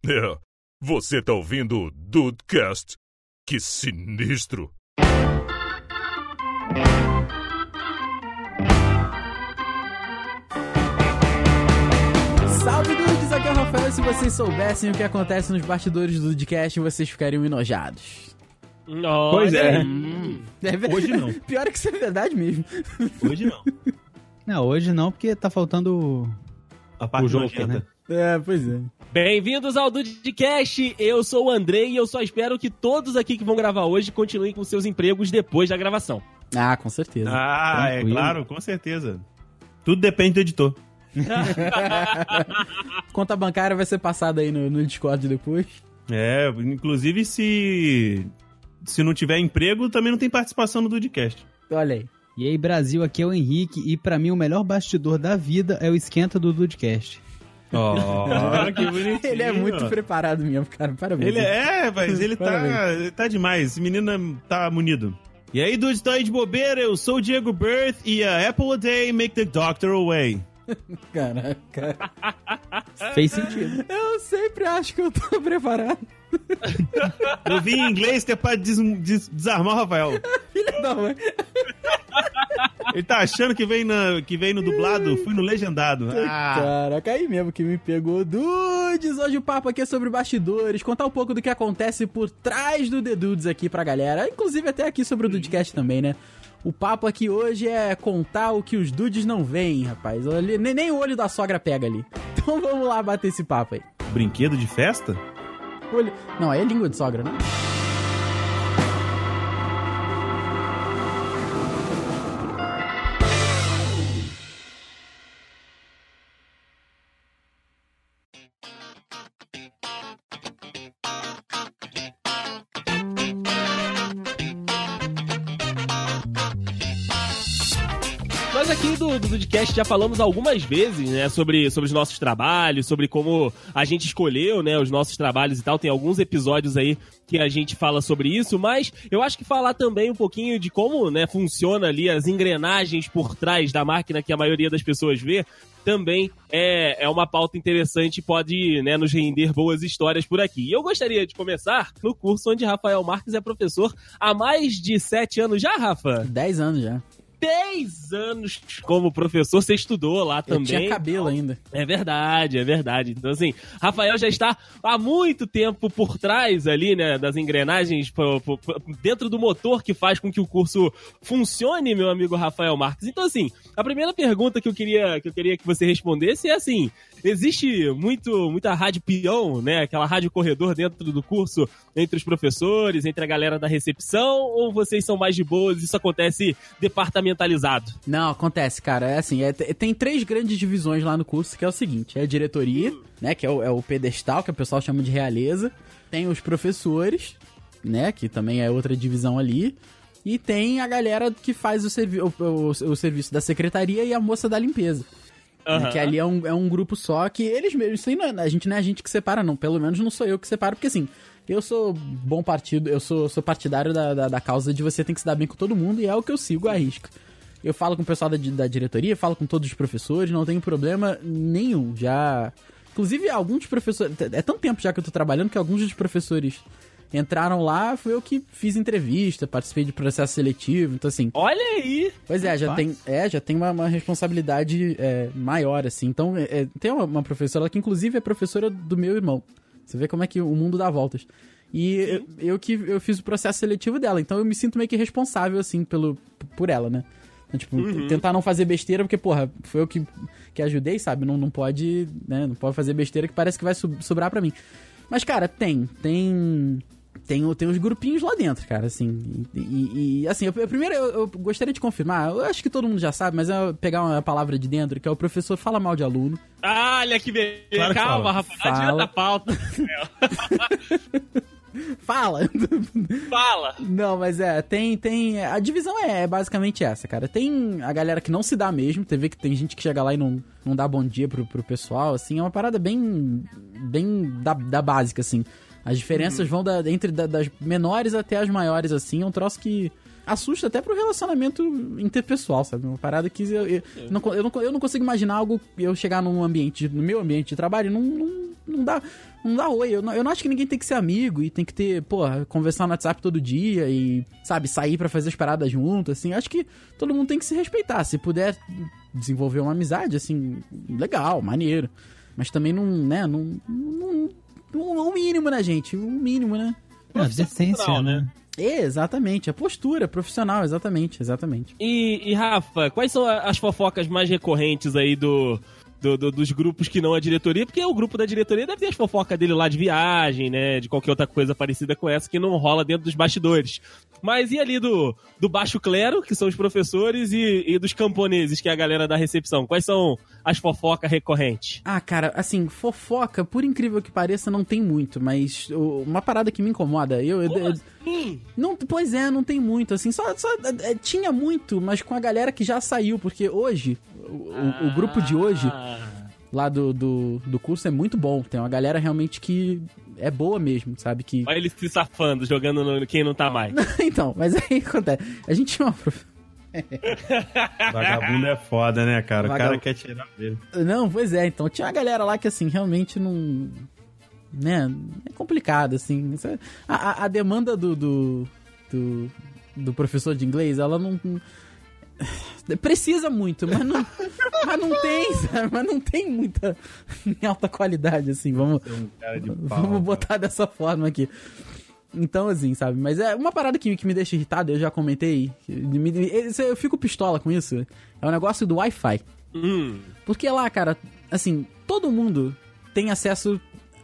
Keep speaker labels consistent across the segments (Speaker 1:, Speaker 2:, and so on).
Speaker 1: É, você tá ouvindo o Dudecast? Que sinistro!
Speaker 2: Salve dudes, aqui é o Rafael. Se vocês soubessem o que acontece nos bastidores do Dudecast, vocês ficariam enojados.
Speaker 3: Pois é.
Speaker 4: Hoje não.
Speaker 2: Pior é que isso é verdade mesmo.
Speaker 4: Hoje não.
Speaker 3: Não, hoje não, porque tá faltando
Speaker 4: A parte
Speaker 3: o jogo,
Speaker 4: nojenta.
Speaker 3: né?
Speaker 2: É, pois é.
Speaker 5: Bem-vindos ao Dudecast, eu sou o Andrei e eu só espero que todos aqui que vão gravar hoje continuem com seus empregos depois da gravação.
Speaker 2: Ah, com certeza.
Speaker 4: Ah, é
Speaker 3: Tranquilo.
Speaker 4: claro, com certeza. Tudo depende do editor.
Speaker 2: Conta bancária vai ser passada aí no Discord depois.
Speaker 4: É, inclusive se não tiver emprego, também não tem participação no Dudecast.
Speaker 2: Olha aí.
Speaker 3: E aí, Brasil, aqui é o Henrique, e pra mim o melhor bastidor da vida é o esquenta do Dudecast.
Speaker 4: Oh, que bonitinho.
Speaker 2: Ele é muito
Speaker 4: ó.
Speaker 2: preparado mesmo, cara. Parabéns.
Speaker 4: Mas ele tá demais. Esse menino tá munido. E aí, dudes, estão aí de bobeira? Eu sou o Diego Berth e a Apple a day make the doctor away.
Speaker 2: Caraca.
Speaker 3: Fez sentido.
Speaker 2: Eu sempre acho que eu tô preparado.
Speaker 4: Eu vi em inglês que é pra desarmar o Rafael.
Speaker 2: Filha da mãe.
Speaker 4: Ele tá achando que vem no dublado, fui no legendado. Ah,
Speaker 2: Caraca, aí mesmo que me pegou. Dudes, hoje o papo aqui é sobre bastidores, contar um pouco do que acontece por trás do The Dudes aqui pra galera. Inclusive até aqui sobre o Dudecast também, né? O papo aqui hoje é contar o que os dudes não veem, rapaz. Nem o olho da sogra pega ali. Então vamos lá bater esse papo aí.
Speaker 4: brinquedo de festa?
Speaker 2: Não, aí é língua de sogra, né?
Speaker 5: Nós aqui do Dudecast já falamos algumas vezes, né, sobre os nossos trabalhos, sobre como a gente escolheu, né, os nossos trabalhos e tal. Tem alguns episódios aí que a gente fala sobre isso, mas eu acho que falar também um pouquinho de como, né, funciona ali as engrenagens por trás da máquina que a maioria das pessoas vê, também é uma pauta interessante e pode, né, nos render boas histórias por aqui. E eu gostaria de começar no curso onde Rafael Marques é professor há mais de 7 anos já, Rafa?
Speaker 2: 10 anos já.
Speaker 5: 10 anos como professor, você estudou lá também.
Speaker 2: Eu tinha cabelo ainda.
Speaker 5: É verdade, é verdade. Então, assim, Rafael já está há muito tempo por trás ali, né, das engrenagens, dentro do motor que faz com que o curso funcione, meu amigo Rafael Marques. Então, assim, a primeira pergunta que eu queria que você respondesse é assim: existe muita rádio peão, né, aquela rádio corredor dentro do curso, entre os professores, entre a galera da recepção, ou vocês são mais de boas e isso acontece departamentalizado?
Speaker 2: Não, acontece, cara. É assim, tem 3 grandes divisões lá no curso, que é o seguinte: é a diretoria, né, que é o pedestal, que o pessoal chama de realeza. Tem os professores, né, que também é outra divisão ali. E tem a galera que faz o serviço da secretaria e a moça da limpeza.
Speaker 5: Uhum.
Speaker 2: Que ali é um grupo só, que eles mesmos, isso aí não é a gente que separa, não. Pelo menos não sou eu que separo, porque assim, eu sou bom partido, eu sou partidário da causa de você tem que se dar bem com todo mundo, e é o que eu sigo à risca. Eu falo com o pessoal da diretoria, falo com todos os professores, não tenho problema nenhum. Já. Inclusive, alguns professores. É tanto tempo já que eu tô trabalhando que alguns dos professores entraram lá, fui eu que fiz entrevista, participei de processo seletivo, então assim...
Speaker 5: Olha aí!
Speaker 2: Pois é, já tem uma responsabilidade maior, assim. Então, tem uma professora, ela que inclusive é professora do meu irmão. Você vê como é que o mundo dá voltas. E eu fiz o processo seletivo dela, então eu me sinto meio que responsável, assim, por ela, né? Então, tipo, tentar não fazer besteira, porque, porra, foi eu que ajudei, sabe? Não pode, né? Não pode fazer besteira que parece que vai sobrar pra mim. Mas, cara, tem uns grupinhos lá dentro, cara, assim. E assim, primeiro eu gostaria de confirmar, eu acho que todo mundo já sabe, mas é pegar uma palavra de dentro, que é o professor fala mal de aluno.
Speaker 5: Olha que beleza.
Speaker 4: Claro que
Speaker 5: Calma,
Speaker 4: fala.
Speaker 5: Rafa, não adianta a pauta.
Speaker 2: Fala!
Speaker 5: Fala!
Speaker 2: Não, mas tem... A divisão é basicamente essa, cara. Tem a galera que não se dá mesmo, você vê que tem gente que chega lá e não dá bom dia pro pessoal, assim, é uma parada bem da básica, assim. As diferenças vão das menores até as maiores, assim, é um troço que assusta até pro relacionamento interpessoal, sabe? Uma parada que eu não consigo imaginar algo, eu chegar no meu ambiente de trabalho e não dá oi. Eu não acho que ninguém tem que ser amigo e tem que ter, conversar no WhatsApp todo dia e, sabe, sair pra fazer as paradas junto, assim. Acho que todo mundo tem que se respeitar. Se puder desenvolver uma amizade, assim, legal, maneiro. Mas também não, né, o mínimo, né, gente? O mínimo, né?
Speaker 3: A decência, né?
Speaker 2: Exatamente, a postura profissional, exatamente.
Speaker 5: E Rafa, quais são as fofocas mais recorrentes aí dos grupos que não a diretoria? Porque o grupo da diretoria deve ter as fofocas dele lá de viagem, né? De qualquer outra coisa parecida com essa que não rola dentro dos bastidores. Mas e ali do baixo clero, que são os professores, e dos camponeses, que é a galera da recepção? Quais são as fofocas recorrentes?
Speaker 2: Ah, cara, assim, fofoca, por incrível que pareça, não tem muito, mas uma parada que me incomoda, não, pois é, não tem muito, assim, só tinha muito, mas com a galera que já saiu, porque hoje, o grupo de hoje, lá do curso é muito bom, tem uma galera realmente que é boa mesmo, sabe? Que...
Speaker 5: Olha ele se safando, jogando no quem não tá mais.
Speaker 2: Então, mas aí acontece, a gente tinha uma...
Speaker 4: Vagabundo é foda, né, cara? O cara quer tirar dele.
Speaker 2: Não, pois é, então tinha uma galera lá que, assim, realmente não... Né, é complicado, assim. A demanda do professor de inglês, ela não... Precisa muito, mas não tem, sabe? Mas não tem muita em alta qualidade, assim. Vamos botar dessa forma aqui. Então, assim, sabe? Mas é uma parada que me deixa irritado, eu já comentei. Eu fico pistola com isso. É o negócio do Wi-Fi. Porque lá, cara, assim, todo mundo tem acesso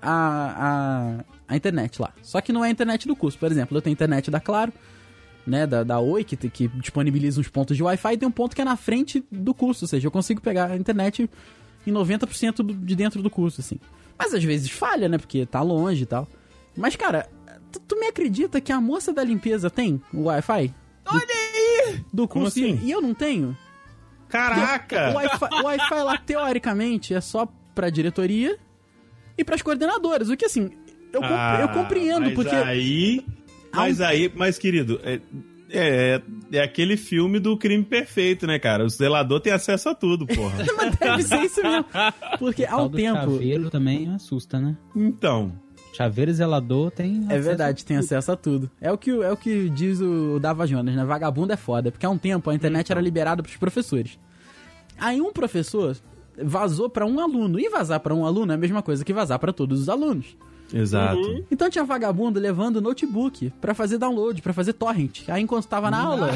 Speaker 2: à internet lá. Só que não é a internet do curso. Por exemplo, eu tenho internet da Claro, né, da Oi, que disponibiliza uns pontos de Wi-Fi, e tem um ponto que é na frente do curso, ou seja, eu consigo pegar a internet em 90% de dentro do curso, assim. Mas às vezes falha, né, porque tá longe e tal. Mas, cara, tu me acredita que a moça da limpeza tem o Wi-Fi?
Speaker 4: Olha aí!
Speaker 2: Do curso,
Speaker 4: Como assim?
Speaker 2: E eu não tenho?
Speaker 4: Caraca!
Speaker 2: O Wi-Fi lá, teoricamente, é só pra diretoria e pras coordenadoras, o que, assim, eu compreendo,
Speaker 4: mas
Speaker 2: porque...
Speaker 4: Mas, querido, é aquele filme do crime perfeito, né, cara? O zelador tem acesso a tudo, porra.
Speaker 2: Mas deve ser isso mesmo. Porque ao tempo...
Speaker 3: Chaveiro também assusta, né?
Speaker 4: Então...
Speaker 3: Chaveiro e zelador tem acesso.
Speaker 2: É verdade, tem acesso a tudo. É o que diz o Dava Jonas, né? Vagabundo é foda. Porque há um tempo a internet era liberada pros professores. Aí um professor vazou pra um aluno. E vazar pra um aluno é a mesma coisa que vazar pra todos os alunos.
Speaker 4: Exato.
Speaker 2: Então tinha vagabundo levando notebook pra fazer download, pra fazer torrent. Aí enquanto tava na aula...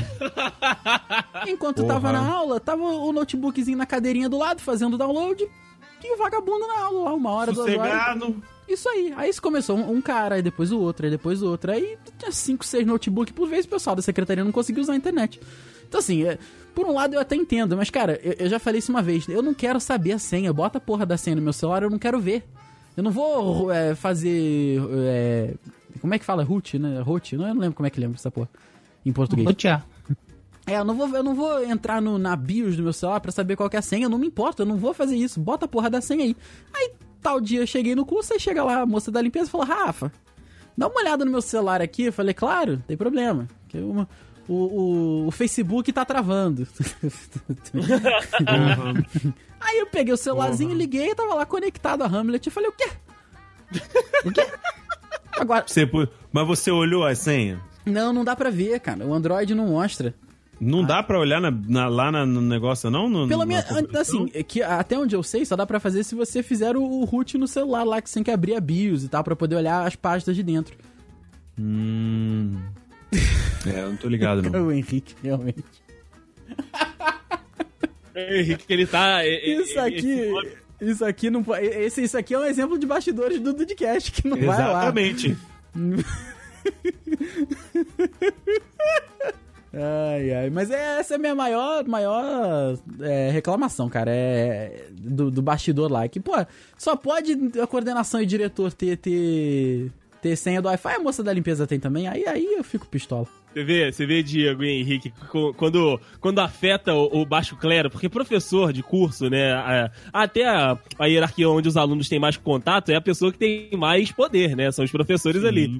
Speaker 2: tava na aula, tava o notebookzinho na cadeirinha do lado, fazendo download. E o vagabundo na aula lá, 1 hora, 2 horas. Isso aí. Aí isso começou um cara, aí depois o outro, aí depois o outro. Aí tinha 5, 6 notebooks por vez, o pessoal da secretaria não conseguia usar a internet. Então assim, por um lado eu até entendo, mas cara, eu já falei isso uma vez. Eu não quero saber a senha. Bota a porra da senha no meu celular, eu não quero ver. Eu não vou fazer... como é que fala? Root, né? Root? Eu não lembro como é que lembra essa porra em português.
Speaker 3: Rotear.
Speaker 2: Eu não vou entrar na BIOS do meu celular pra saber qual que é a senha. Eu não me importo, eu não vou fazer isso. Bota a porra da senha aí. Aí, tal dia, eu cheguei no curso, aí chega lá a moça da limpeza e fala: Rafa, dá uma olhada no meu celular aqui. Eu falei: claro, não tem problema. O Facebook tá travando. Aí eu peguei o celularzinho, liguei e tava lá conectado a Hamlet. Eu falei: o quê? O quê? Agora...
Speaker 4: Mas você olhou a senha?
Speaker 2: Não dá pra ver, cara. O Android não mostra.
Speaker 4: Não dá pra olhar lá no negócio, não?
Speaker 2: Pelo menos, assim, que até onde eu sei, só dá pra fazer se você fizer o root no celular lá, que você tem que abrir a BIOS e tal, pra poder olhar as páginas de dentro.
Speaker 4: Eu não tô ligado, não.
Speaker 2: O Henrique, realmente.
Speaker 5: O Henrique, ele tá...
Speaker 2: Isso aqui não pode... Isso aqui é um exemplo de bastidores do Dudcast, que não vai lá.
Speaker 4: Exatamente.
Speaker 2: Ai, mas essa é a minha maior reclamação, cara, do bastidor lá, que, pô, só pode a coordenação e diretor ter senha do Wi-Fi, a moça da limpeza tem também, aí eu fico pistola.
Speaker 5: Você vê, Diego e Henrique, quando afeta o baixo clero, porque professor de curso, né, até a hierarquia onde os alunos têm mais contato é a pessoa que tem mais poder, né, são os professores ali.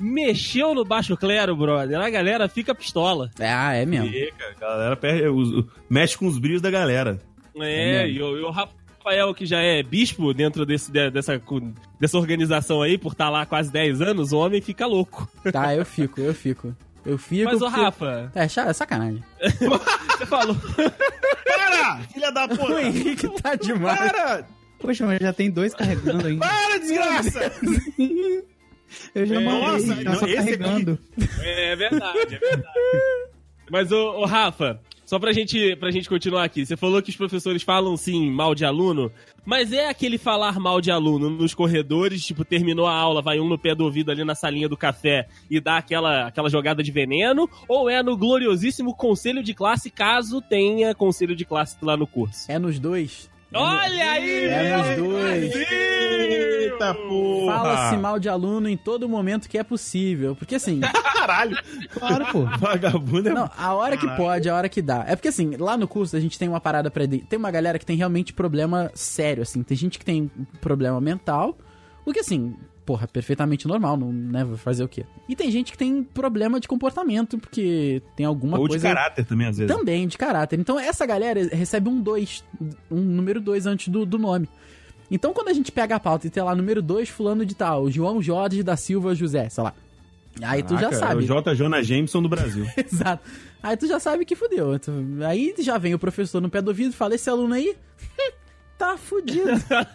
Speaker 5: Mexeu no baixo clero, brother. A galera fica pistola.
Speaker 2: É mesmo.
Speaker 4: Fica, a galera mexe com os brilhos da galera.
Speaker 5: E o Rafael, que já é bispo dentro dessa organização aí, por estar lá há quase 10 anos, o homem fica louco.
Speaker 2: Tá, eu fico.
Speaker 5: Mas, ô Rafa...
Speaker 2: É sacanagem.
Speaker 5: Você falou...
Speaker 4: Para, filha da puta!
Speaker 2: O Henrique tá demais.
Speaker 4: Para!
Speaker 3: Poxa, mas já tem 2 carregando ainda.
Speaker 4: Para, desgraça!
Speaker 3: Eu já mandei,
Speaker 4: Nossa,
Speaker 3: tá só carregando.
Speaker 5: É verdade. Mas, ô Rafa, só pra gente continuar aqui, você falou que os professores falam, sim, mal de aluno, mas é aquele falar mal de aluno nos corredores, tipo, terminou a aula, vai um no pé do ouvido ali na salinha do café e dá aquela jogada de veneno, ou é no gloriosíssimo conselho de classe, caso tenha conselho de classe lá no curso?
Speaker 2: É nos dois.
Speaker 5: Olha aí!
Speaker 2: É nos dois.
Speaker 4: Eita porra!
Speaker 2: Fala-se mal de aluno em todo momento que é possível. Porque assim...
Speaker 4: Caralho!
Speaker 3: Claro, pô.
Speaker 4: Vagabundo é...
Speaker 2: Não, a hora que pode, a hora que dá. É porque assim, lá no curso a gente tem uma parada pra... Tem uma galera que tem realmente problema sério, assim. Tem gente que tem problema mental. O que assim... Porra, perfeitamente normal, não, né? Vai fazer o quê? E tem gente que tem problema de comportamento, porque tem alguma
Speaker 4: Ou
Speaker 2: coisa...
Speaker 4: de caráter também, às vezes.
Speaker 2: Também, de caráter. Então, essa galera recebe um número 2 antes do nome. Então, quando a gente pega a pauta e tem lá número 2, fulano de tal, João Jorge da Silva José, sei lá. Aí tu já sabe.
Speaker 4: É o J. Jonah Jameson do Brasil.
Speaker 2: Exato. Aí tu já sabe que fudeu. Aí já vem o professor no pé do ouvido e fala, esse aluno aí... tá fudido.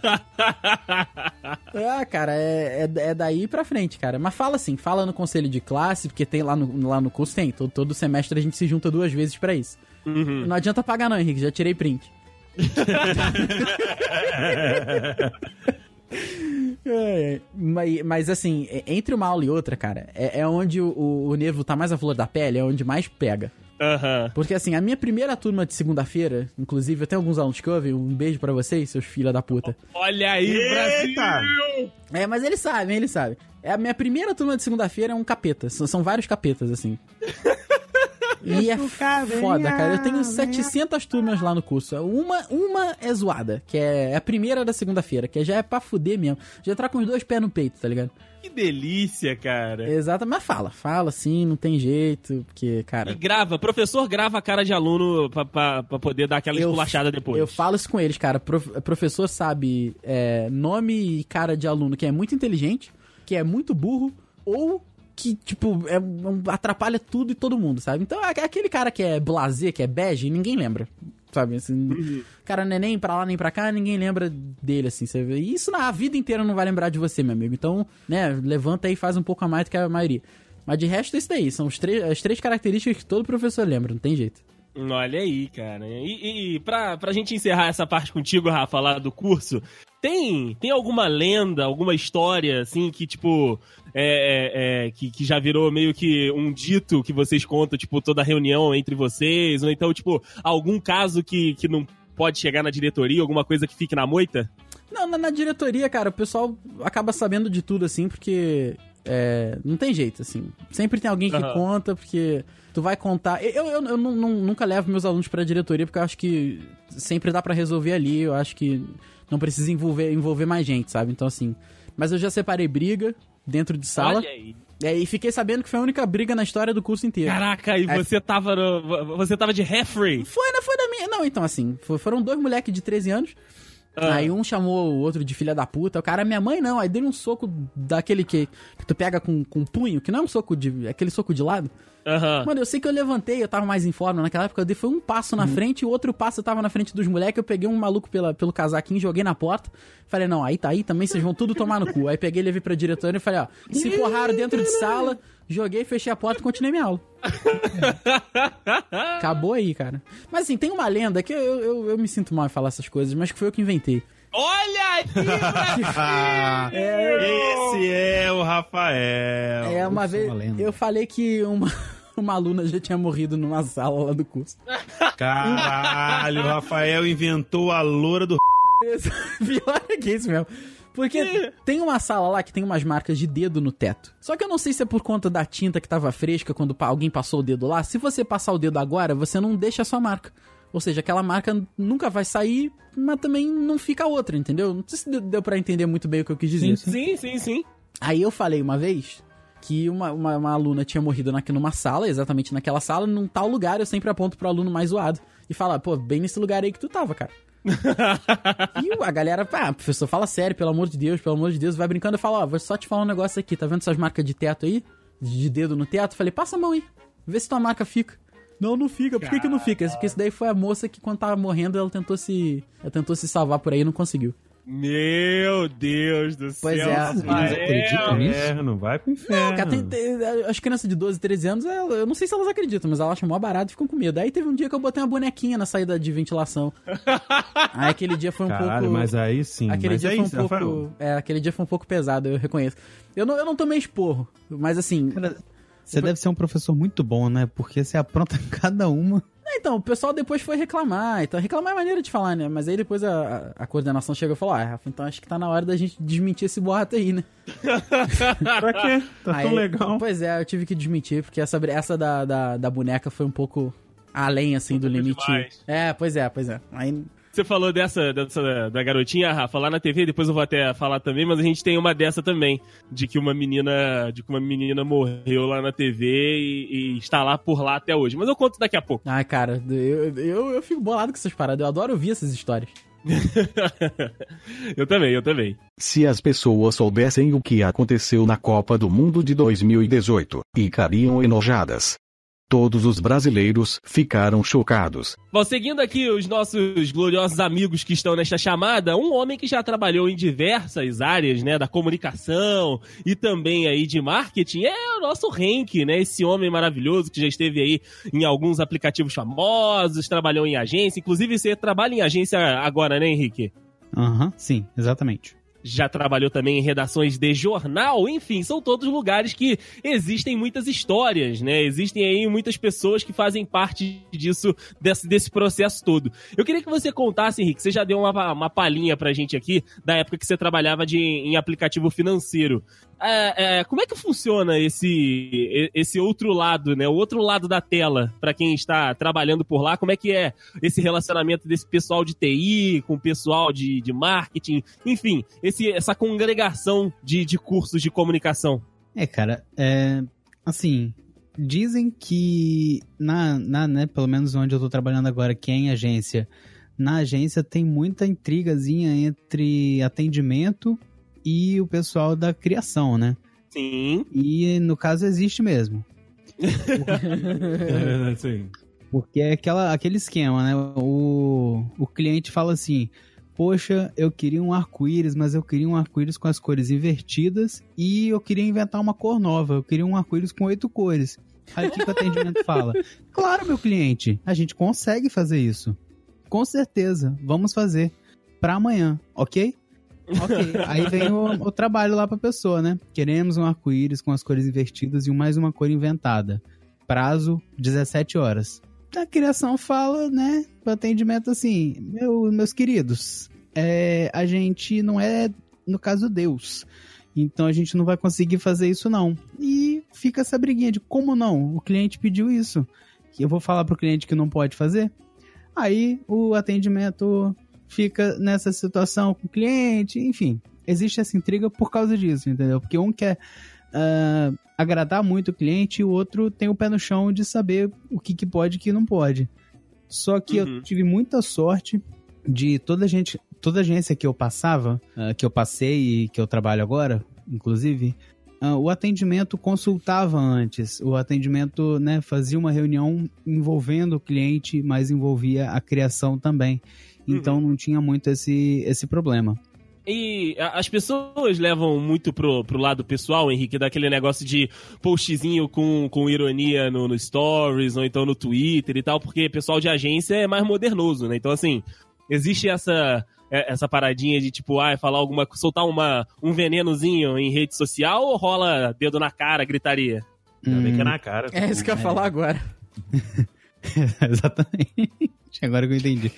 Speaker 2: Cara, é daí pra frente, cara. Mas fala assim, fala no conselho de classe, porque tem lá no curso, tem. Todo semestre a gente se junta 2 vezes pra isso.
Speaker 5: Uhum.
Speaker 2: Não adianta pagar não, Henrique, já tirei print. Mas assim, entre uma aula e outra, cara, é onde o nervo tá mais à flor da pele, é onde mais pega.
Speaker 5: Uhum.
Speaker 2: Porque assim, a minha primeira turma de segunda-feira, inclusive eu tenho alguns alunos que ouvem, um beijo pra vocês, seus filha da puta.
Speaker 5: Olha aí,
Speaker 4: Eita!
Speaker 5: Brasil!
Speaker 2: Mas eles sabem. A minha primeira turma de segunda-feira é um capeta, são vários capetas, assim. E é foda, cara. Eu tenho 700 turmas lá no curso. Uma é zoada, que é a primeira da segunda-feira, que já é pra fuder mesmo. Já entrar com os 2 pés no peito, tá ligado?
Speaker 5: Que delícia, cara.
Speaker 2: Exato, mas fala sim, não tem jeito, porque, cara...
Speaker 5: E professor grava a cara de aluno pra poder dar aquela esculachada depois.
Speaker 2: Eu falo isso com eles, cara. Professor sabe nome e cara de aluno que é muito inteligente, que é muito burro, ou... que, tipo, atrapalha tudo e todo mundo, sabe? Então, aquele cara que é blasé, que é bege, ninguém lembra, sabe? Assim, o cara não é nem pra lá nem pra cá, ninguém lembra dele, assim, você vê. E isso a vida inteira não vai lembrar de você, meu amigo. Então, né, levanta aí e faz um pouco a mais do que a maioria. Mas de resto é isso daí, são as 3 características que todo professor lembra, não tem jeito.
Speaker 5: Olha aí, cara. E pra gente encerrar essa parte contigo, Rafa, lá do curso, tem alguma lenda, alguma história, assim, que, tipo, que já virou meio que um dito que vocês contam, tipo, toda reunião entre vocês, ou então, tipo, algum caso que não pode chegar na diretoria, alguma coisa que fique na moita?
Speaker 2: Não, na diretoria, cara, o pessoal acaba sabendo de tudo, assim, porque... não tem jeito, assim. Sempre tem alguém que conta, porque tu vai contar... Eu nunca levo meus alunos pra diretoria, porque eu acho que sempre dá pra resolver ali. Eu acho que não precisa envolver mais gente, sabe? Então, assim... Mas eu já separei briga dentro de sala.
Speaker 5: Olha aí.
Speaker 2: E fiquei sabendo que foi a única briga na história do curso inteiro.
Speaker 5: Caraca, e você tava de referee?
Speaker 2: Foi da minha... Não, então, assim... Foram 2 moleques de 13 anos... Aí um chamou o outro de filha da puta. O cara, minha mãe não. Aí deu um soco daquele que tu pega com punho, que não é um soco de... aquele soco de lado. Mano, eu sei que eu levantei, eu tava mais em forma. Naquela época eu dei foi um passo na frente e o outro passo eu tava na frente dos moleques. Eu peguei um maluco pelo casaquinho, joguei na porta. Falei, não, aí também vocês vão tudo tomar no cu. Aí peguei, levei pra diretora e falei, ó, se porraram dentro de sala, joguei, fechei a porta e continuei minha aula. Acabou aí, cara. Mas assim, tem uma lenda que eu me sinto mal em falar essas coisas, mas que foi eu que inventei.
Speaker 5: Olha aí,
Speaker 4: Esse é o Rafael.
Speaker 2: Uma vez eu falei que uma aluna já tinha morrido numa sala lá do curso.
Speaker 4: Caralho, o Rafael inventou a loura do...
Speaker 2: Pior é que isso mesmo. Porque tem uma sala lá que tem umas marcas de dedo no teto. Só que eu não sei se é por conta da tinta que tava fresca quando alguém passou o dedo lá. Se você passar o dedo agora, você não deixa a sua marca. Ou seja, aquela marca nunca vai sair, mas também não fica outra, entendeu? Não sei se deu pra entender muito bem o que eu quis dizer.
Speaker 5: Sim.
Speaker 2: Aí eu falei uma vez que uma aluna tinha morrido numa sala, exatamente naquela sala, num tal lugar. Eu sempre aponto pro aluno mais zoado e falo, pô, bem nesse lugar aí que tu tava, cara. E a galera, professor, fala sério, pelo amor de Deus, vai brincando. Eu falo, vou só te falar um negócio aqui, tá vendo essas marcas de teto aí? De dedo no teto? Falei, passa a mão aí, vê se tua marca fica. Não fica, por que não fica? Porque isso daí foi a moça que quando tava morrendo, ela tentou se salvar por aí e não conseguiu.
Speaker 5: Meu Deus do céu.
Speaker 2: Pois é.
Speaker 3: Eles acreditam nisso?
Speaker 4: Não vai pro inferno.
Speaker 2: Não, cara, as crianças de 12, 13 anos, eu não sei se elas acreditam, mas elas acham mó barato e ficam com medo. Aí teve um dia que eu botei uma bonequinha na saída de ventilação. Aí aquele dia foi um pouco...
Speaker 4: mas aí sim.
Speaker 2: Aquele dia foi um pouco pesado, eu reconheço. Eu não tomei esporro, mas assim...
Speaker 3: Cara, você deve ser um professor muito bom, né? Porque você apronta cada uma...
Speaker 2: Então, o pessoal depois foi reclamar. Então, reclamar é maneira de falar, né? Mas aí depois a coordenação chegou e falou, Rafa, então acho que tá na hora da gente desmentir esse boato aí, né?
Speaker 4: Pra quê? Tá tão legal.
Speaker 2: Pois é, eu tive que desmentir, porque essa da boneca foi um pouco além, assim, do limite.
Speaker 5: Demais.
Speaker 2: Pois é. Aí...
Speaker 5: Você falou dessa da garotinha, Rafa, lá na TV, depois eu vou até falar também, mas a gente tem uma dessa também, de que uma menina morreu lá na TV e está lá por lá até hoje. Mas eu conto daqui a pouco.
Speaker 2: Ai, cara, eu fico bolado com essas paradas, eu adoro ouvir essas histórias.
Speaker 5: Eu também.
Speaker 6: Se as pessoas soubessem o que aconteceu na Copa do Mundo de 2018, ficariam enojadas. Todos os brasileiros ficaram chocados.
Speaker 5: Bom, seguindo aqui os nossos gloriosos amigos que estão nesta chamada, um homem que já trabalhou em diversas áreas, né, da comunicação e também aí de marketing, é o nosso Henk, né, esse homem maravilhoso que já esteve aí em alguns aplicativos famosos, trabalhou em agência, inclusive você trabalha em agência agora, né, Henrique?
Speaker 3: Sim, exatamente.
Speaker 5: Já trabalhou também em redações de jornal, enfim, são todos lugares que existem muitas histórias, né? Existem aí muitas pessoas que fazem parte disso, desse processo todo. Eu queria que você contasse, Henrique, você já deu uma palhinha pra gente aqui da época que você trabalhava em aplicativo financeiro. Como é que funciona esse outro lado, né? O outro lado da tela, pra quem está trabalhando por lá, como é que é esse relacionamento desse pessoal de TI com o pessoal de marketing, enfim, essa congregação de cursos de comunicação?
Speaker 3: Cara, assim, dizem que né, pelo menos onde eu tô trabalhando agora, que é em agência, na agência tem muita intrigazinha entre atendimento e o pessoal da criação, né?
Speaker 5: Sim.
Speaker 3: E no caso existe mesmo.
Speaker 4: Sim.
Speaker 3: Porque é aquele esquema, né? O cliente fala assim, poxa, eu queria um arco-íris, mas eu queria um arco-íris com as cores invertidas e eu queria inventar uma cor nova, eu queria um arco-íris com 8 cores. Aí o que o atendimento fala? Claro, meu cliente, a gente consegue fazer isso. Com certeza, vamos fazer pra amanhã, ok? Ok, aí vem o trabalho lá pra pessoa, né? Queremos um arco-íris com as cores invertidas e mais uma cor inventada. Prazo, 17 horas. A criação fala, né, pro atendimento assim, meus queridos, a gente não é, no caso, Deus. Então a gente não vai conseguir fazer isso não. E fica essa briguinha de como não? O cliente pediu isso. Eu vou falar pro cliente que não pode fazer? Aí o atendimento fica nessa situação com o cliente, enfim. Existe essa intriga por causa disso, entendeu? Porque um quer agradar muito o cliente e o outro tem o pé no chão de saber o que pode e o que não pode. Só que eu tive muita sorte de toda agência que eu passava, que eu passei e que eu trabalho agora, inclusive, o atendimento consultava antes. O atendimento, né, fazia uma reunião envolvendo o cliente, mas envolvia a criação também. Então não tinha muito esse problema.
Speaker 5: E as pessoas levam muito pro lado pessoal, Henrique, daquele negócio de postzinho com ironia no Stories, ou então no Twitter e tal, porque pessoal de agência é mais modernoso, né? Então, assim, existe essa paradinha de, tipo, falar soltar um venenozinho em rede social ou rola dedo na cara, gritaria?
Speaker 4: Ainda bem que é na cara.
Speaker 2: É isso que eu ia falar agora.
Speaker 3: Exatamente. Agora que eu entendi.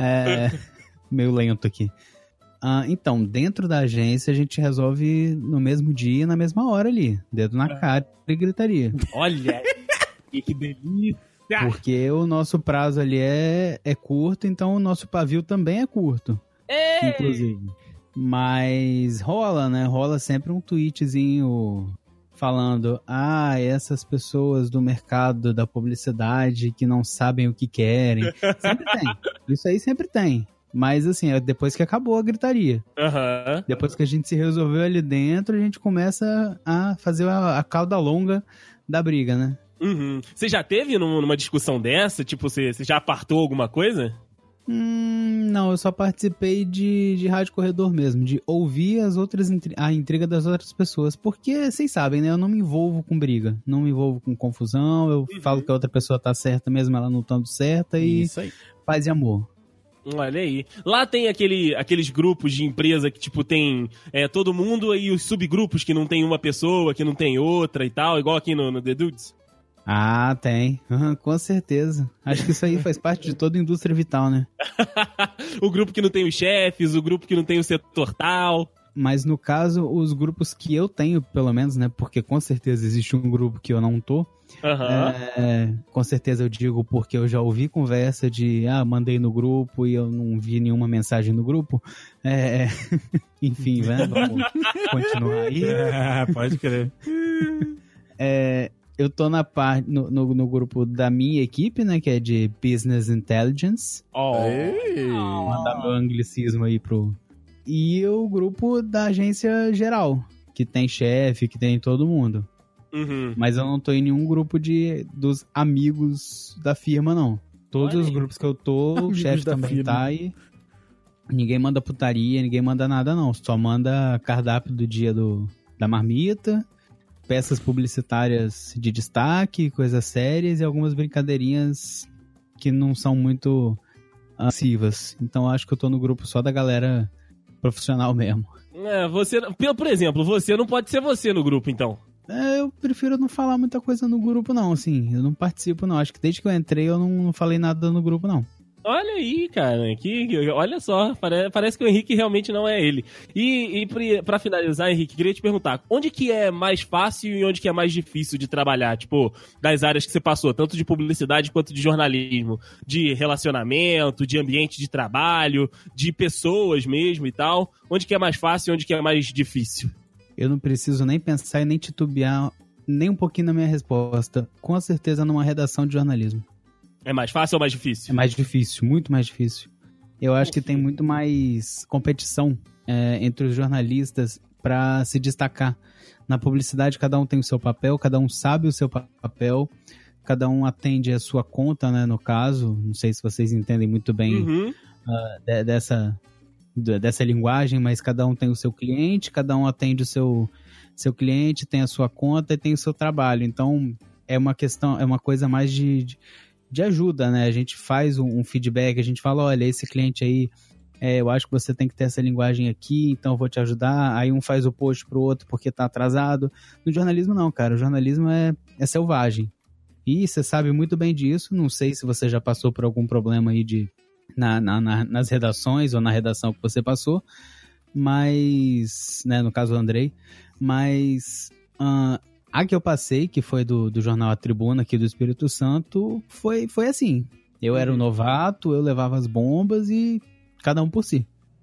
Speaker 3: Meio lento aqui. Então, dentro da agência, a gente resolve no mesmo dia e na mesma hora ali. Dedo na cara e gritaria.
Speaker 5: Olha, que delícia!
Speaker 3: Porque o nosso prazo ali é curto, então o nosso pavio também é curto. Inclusive. Mas rola, né? Rola sempre um tweetzinho falando, essas pessoas do mercado da publicidade que não sabem o que querem. Sempre tem. Isso aí sempre tem. Mas, assim, é depois que acabou a gritaria.
Speaker 5: Uhum.
Speaker 3: Depois que a gente se resolveu ali dentro, a gente começa a fazer a cauda longa da briga, né?
Speaker 5: Uhum. Você já teve numa discussão dessa? Tipo, você já apartou alguma coisa?
Speaker 3: Não, eu só participei de Rádio Corredor mesmo, de ouvir a intriga das outras pessoas, porque vocês sabem, né, eu não me envolvo com briga, não me envolvo com confusão, eu falo que a outra pessoa tá certa mesmo, ela não estando certa, e
Speaker 2: Isso aí.
Speaker 3: paz e amor.
Speaker 5: Olha aí. Lá tem aqueles grupos de empresa que, tipo, tem todo mundo e os subgrupos que não tem uma pessoa, que não tem outra e tal, igual aqui no The Dudes.
Speaker 3: Ah, tem. Com certeza. Acho que isso aí faz parte de toda a indústria vital, né?
Speaker 5: O grupo que não tem os chefes, o grupo que não tem o setor tal.
Speaker 3: Mas no caso, os grupos que eu tenho, pelo menos, né? Porque com certeza existe um grupo que eu não tô. Com certeza eu digo porque eu já ouvi conversa de mandei no grupo e eu não vi nenhuma mensagem no grupo. Enfim, né? Vamos continuar aí.
Speaker 4: Pode crer.
Speaker 3: Eu tô no grupo da minha equipe, né? Que é de Business Intelligence. Mandar meu anglicismo aí pro... E o grupo da agência geral, que tem chefe, que tem todo mundo.
Speaker 5: Uhum.
Speaker 3: Mas eu não tô em nenhum grupo dos amigos da firma, não. Todos os grupos que eu tô, o chefe também tá e... Ninguém manda putaria, ninguém manda nada, não. Só manda cardápio do dia da marmita, peças publicitárias de destaque, coisas sérias e algumas brincadeirinhas que não são muito acessivas. Então acho que eu tô no grupo só da galera profissional mesmo.
Speaker 5: Você, por exemplo, você não pode ser você no grupo, então.
Speaker 3: Eu prefiro não falar muita coisa no grupo, não, assim. Eu não participo, não. Acho que desde que eu entrei eu não falei nada no grupo, não.
Speaker 5: Olha aí, cara, olha só, parece que o Henrique realmente não é ele. E pra finalizar, Henrique, queria te perguntar, onde que é mais fácil e onde que é mais difícil de trabalhar? Tipo, das áreas que você passou, tanto de publicidade quanto de jornalismo, de relacionamento, de ambiente de trabalho, de pessoas mesmo e tal. Onde que é mais fácil e onde que é mais difícil?
Speaker 3: Eu não preciso nem pensar e nem titubear nem um pouquinho na minha resposta. Com certeza numa redação de jornalismo.
Speaker 5: É mais fácil ou mais difícil?
Speaker 3: É mais difícil, muito mais difícil. Eu acho que tem muito mais competição entre os jornalistas para se destacar. Na publicidade, cada um tem o seu papel, cada um sabe o seu papel, cada um atende a sua conta, né, no caso. Não sei se vocês entendem muito bem dessa linguagem, mas cada um tem o seu cliente, cada um atende o seu cliente, tem a sua conta e tem o seu trabalho. Então, é uma coisa mais de ajuda, né? A gente faz um feedback, a gente fala, olha, esse cliente aí, eu acho que você tem que ter essa linguagem aqui, então eu vou te ajudar. Aí um faz o post pro outro porque tá atrasado. No jornalismo não, cara. O jornalismo é selvagem. E você sabe muito bem disso. Não sei se você já passou por algum problema aí nas redações ou na redação que você passou, mas, né, no caso do Andrei, mas... A que eu passei, que foi do jornal A Tribuna aqui do Espírito Santo, foi assim. Eu era um novato, eu levava as bombas e cada um por si.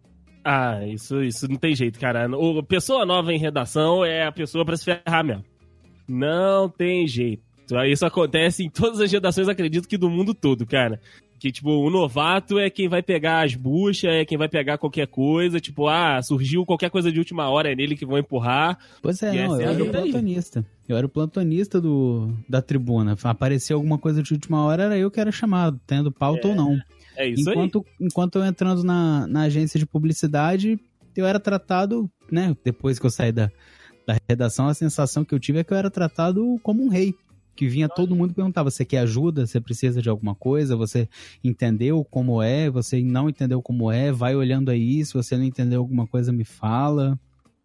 Speaker 5: Isso não tem jeito, cara. A pessoa nova em redação é a pessoa pra se ferrar mesmo. Não tem jeito. Isso acontece em todas as redações, acredito que do mundo todo, cara. Que, tipo, o novato é quem vai pegar as buchas, é quem vai pegar qualquer coisa. Tipo, surgiu qualquer coisa de última hora, é nele que vão empurrar.
Speaker 3: Pois eu era o plantonista. Eu era o plantonista da tribuna. Apareceu alguma coisa de última hora, era eu que era chamado, tendo pauta ou não.
Speaker 5: É isso
Speaker 3: Enquanto eu entrando na agência de publicidade, eu era tratado, né? Depois que eu saí da redação, a sensação que eu tive é que eu era tratado como um rei. Que vinha todo mundo e perguntava, você quer ajuda? Você precisa de alguma coisa? Você entendeu como é? Você não entendeu como é? Vai olhando aí, se você não entendeu alguma coisa, me fala.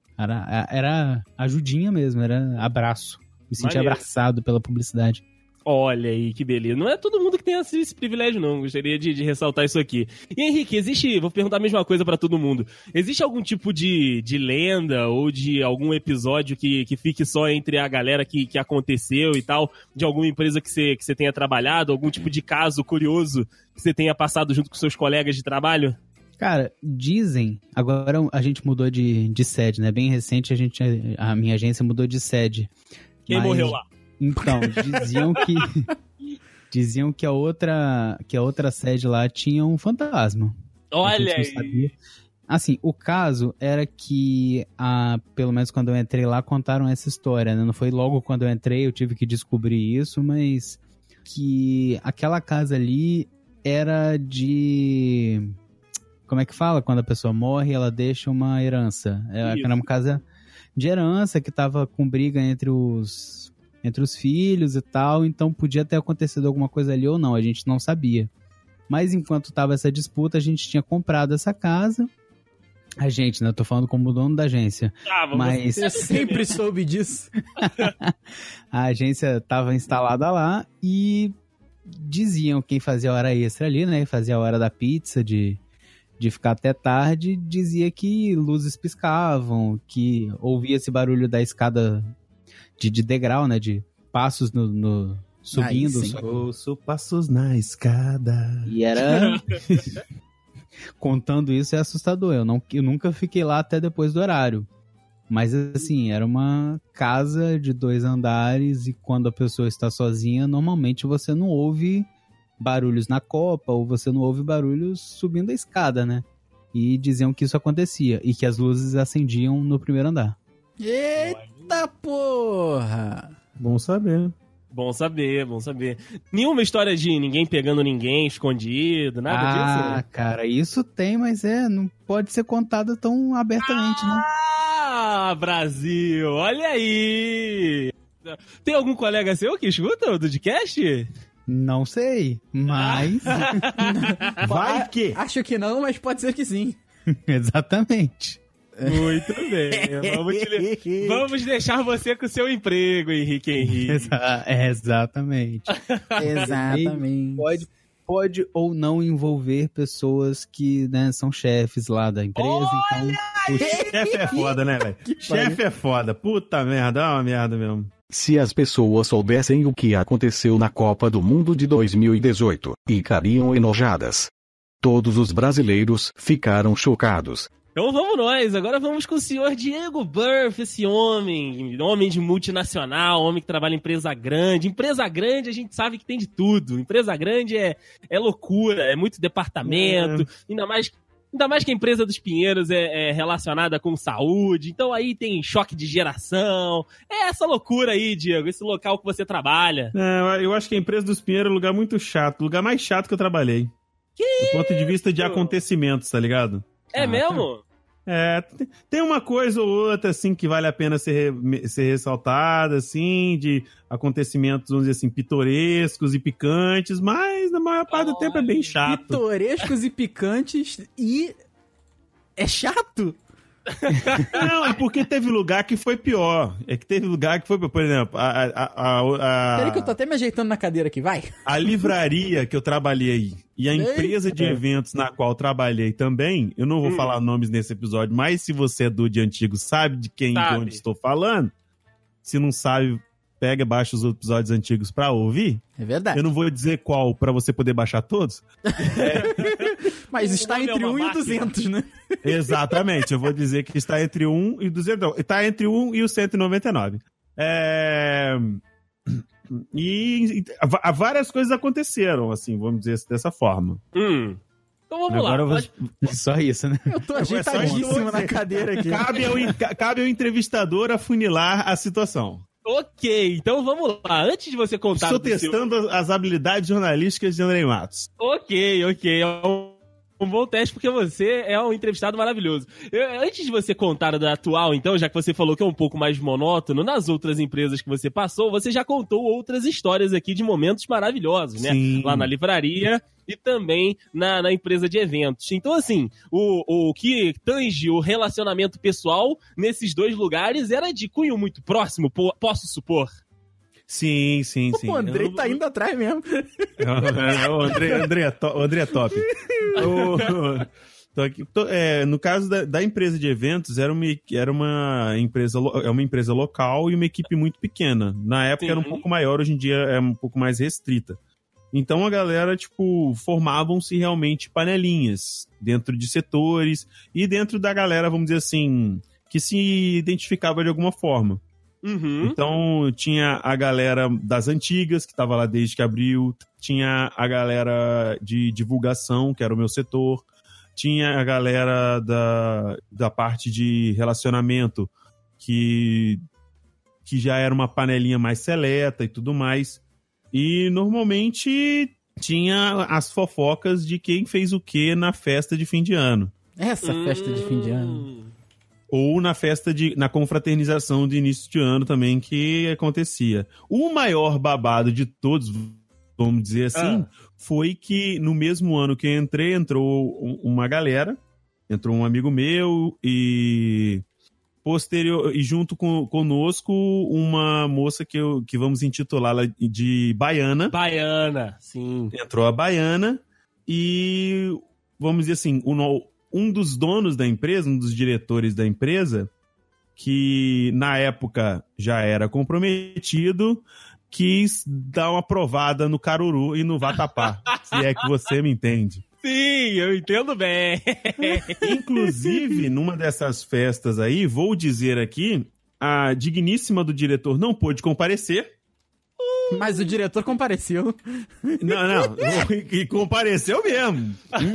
Speaker 3: Era ajudinha mesmo, era abraço. Me senti abraçado pela publicidade.
Speaker 5: Olha aí, que beleza. Não é todo mundo que tem esse privilégio, não. Gostaria de ressaltar isso aqui. E, Henrique, vou perguntar a mesma coisa pra todo mundo. Existe algum tipo de lenda ou de algum episódio que fique só entre a galera que aconteceu e tal, de alguma empresa que você tenha trabalhado, algum tipo de caso curioso que você tenha passado junto com seus colegas de trabalho?
Speaker 3: Cara, dizem... Agora a gente mudou de sede, né? Bem recente, a minha agência mudou de sede.
Speaker 5: Quem morreu lá?
Speaker 3: Então, diziam que a outra sede lá tinha um fantasma.
Speaker 5: Olha
Speaker 3: aí! Sabia. Assim, o caso era que, pelo menos quando eu entrei lá, contaram essa história, né? Não foi logo quando eu entrei, eu tive que descobrir isso, mas que aquela casa ali era de... Como é que fala? Quando a pessoa morre, ela deixa uma herança. Era uma casa de herança que tava com briga entre os filhos e tal, então podia ter acontecido alguma coisa ali ou não, a gente não sabia. Mas enquanto tava essa disputa, a gente tinha comprado essa casa. A gente, né? Eu tô falando como dono da agência. Mas
Speaker 2: eu sempre soube disso.
Speaker 3: A agência tava instalada lá e diziam quem fazia hora extra ali, né? Fazia a hora da pizza, de ficar até tarde, dizia que luzes piscavam, que ouvia esse barulho da escada de degrau, né? De passos subindo.
Speaker 4: Ouço passos na escada.
Speaker 3: E era... Contando isso é assustador. Eu nunca fiquei lá até depois do horário. Mas assim, era uma casa de 2 andares e quando a pessoa está sozinha, normalmente você não ouve barulhos na copa ou você não ouve barulhos subindo a escada, né? E diziam que isso acontecia e que as luzes acendiam no primeiro andar.
Speaker 2: Eita porra!
Speaker 4: Bom saber.
Speaker 5: Bom saber. Nenhuma história de ninguém pegando ninguém escondido, nada disso?
Speaker 3: Ah, cara, isso tem, mas não pode ser contado tão abertamente, né?
Speaker 5: Ah, Brasil, olha aí! Tem algum colega seu que escuta o Dudcast?
Speaker 3: Não sei, mas...
Speaker 4: Vai que...
Speaker 2: Acho que não, mas pode ser que sim.
Speaker 3: Exatamente.
Speaker 5: Muito bem. Vamos deixar você com o seu emprego, Henrique.
Speaker 3: Exatamente.
Speaker 2: Exatamente.
Speaker 3: Pode ou não envolver pessoas que, né, são chefes lá da empresa.
Speaker 5: Olha
Speaker 3: então,
Speaker 4: chefe é foda, né, velho? Chefe é foda. Puta merda, é uma merda mesmo.
Speaker 6: Se as pessoas soubessem o que aconteceu na Copa do Mundo de 2018, ficariam enojadas. Todos os brasileiros ficaram chocados.
Speaker 5: Então vamos nós, agora vamos com o senhor Diego Burff, esse homem de multinacional, homem que trabalha em empresa grande. Empresa grande a gente sabe que tem de tudo, empresa grande é loucura, é muito departamento, ainda mais que a empresa dos Pinheiros é relacionada com saúde, então aí tem choque de geração, é essa loucura aí, Diego, esse local que você trabalha.
Speaker 4: Eu acho que a empresa dos Pinheiros é um lugar muito chato, o lugar mais chato que eu trabalhei. Do ponto de vista de acontecimentos, tá ligado?
Speaker 5: É mesmo?
Speaker 4: Tem uma coisa ou outra, assim, que vale a pena ser ressaltada, assim, de acontecimentos, vamos dizer assim, pitorescos e picantes, mas na maior parte do tempo é bem chato.
Speaker 2: Pitorescos e picantes e... é chato?
Speaker 4: Não, é porque teve lugar que foi pior. Por exemplo,
Speaker 2: Peraí que eu tô até me ajeitando na cadeira aqui, vai.
Speaker 4: A livraria que eu trabalhei e a empresa de eventos na qual trabalhei também, eu não vou falar nomes nesse episódio, mas se você é de antigo, sabe de quem e de onde estou falando. Se não sabe, pega e baixa os episódios antigos pra ouvir.
Speaker 2: É verdade.
Speaker 4: Eu não vou dizer qual pra você poder baixar todos.
Speaker 2: Mas está entre 1 e 200, né?
Speaker 4: Exatamente, eu vou dizer que está entre 1 e 200. Está entre 1 e o 199. E várias coisas aconteceram, assim, vamos dizer dessa forma.
Speaker 5: Então vamos
Speaker 4: Agora
Speaker 5: lá.
Speaker 3: Só isso, né?
Speaker 2: Eu tô ajeitadíssimo na cadeira aqui.
Speaker 4: Cabe ao entrevistador afunilar a situação.
Speaker 5: Ok, então vamos lá. Antes de você contar...
Speaker 4: Estou testando as habilidades jornalísticas de Andrei Matos.
Speaker 5: Ok. É um bom teste porque você é um entrevistado maravilhoso. Antes de você contar da atual, então, já que você falou que é um pouco mais monótono, nas outras empresas que você passou, você já contou outras histórias aqui de momentos maravilhosos, né?
Speaker 4: Sim.
Speaker 5: Lá na livraria e também na empresa de eventos. Então, assim, o que tange o relacionamento pessoal nesses dois lugares era de cunho muito próximo, posso supor?
Speaker 4: Sim.
Speaker 2: O Andrei tá indo atrás mesmo.
Speaker 4: O André é top. No caso da empresa de eventos, era uma empresa local e uma equipe muito pequena. Na época era um pouco maior, hoje em dia é um pouco mais restrita. Então a galera, tipo, formavam-se realmente panelinhas dentro de setores e dentro da galera, vamos dizer assim, que se identificava de alguma forma.
Speaker 5: Uhum.
Speaker 4: Então tinha a galera das antigas, que estava lá desde que abriu, tinha a galera de divulgação, que era o meu setor, tinha a galera da parte de relacionamento, que já era uma panelinha mais seleta e tudo mais. E normalmente tinha as fofocas de quem fez o que na festa de fim de ano.
Speaker 2: Essa festa de fim de ano.
Speaker 4: Ou na festa na confraternização de início de ano também, que acontecia. O maior babado de todos, vamos dizer assim, foi que no mesmo ano que eu entrei, entrou uma galera, entrou um amigo meu e junto conosco uma moça que vamos intitulá-la de Baiana.
Speaker 5: Baiana, sim.
Speaker 4: Entrou a Baiana e, vamos dizer assim, um dos donos da empresa, um dos diretores da empresa, que na época já era comprometido, quis dar uma provada no caruru e no vatapá, se é que você me entende.
Speaker 5: Sim, eu entendo bem.
Speaker 4: Inclusive, numa dessas festas aí, vou dizer aqui, a digníssima do diretor não pôde comparecer.
Speaker 2: Mas o diretor compareceu.
Speaker 4: Não, e compareceu mesmo.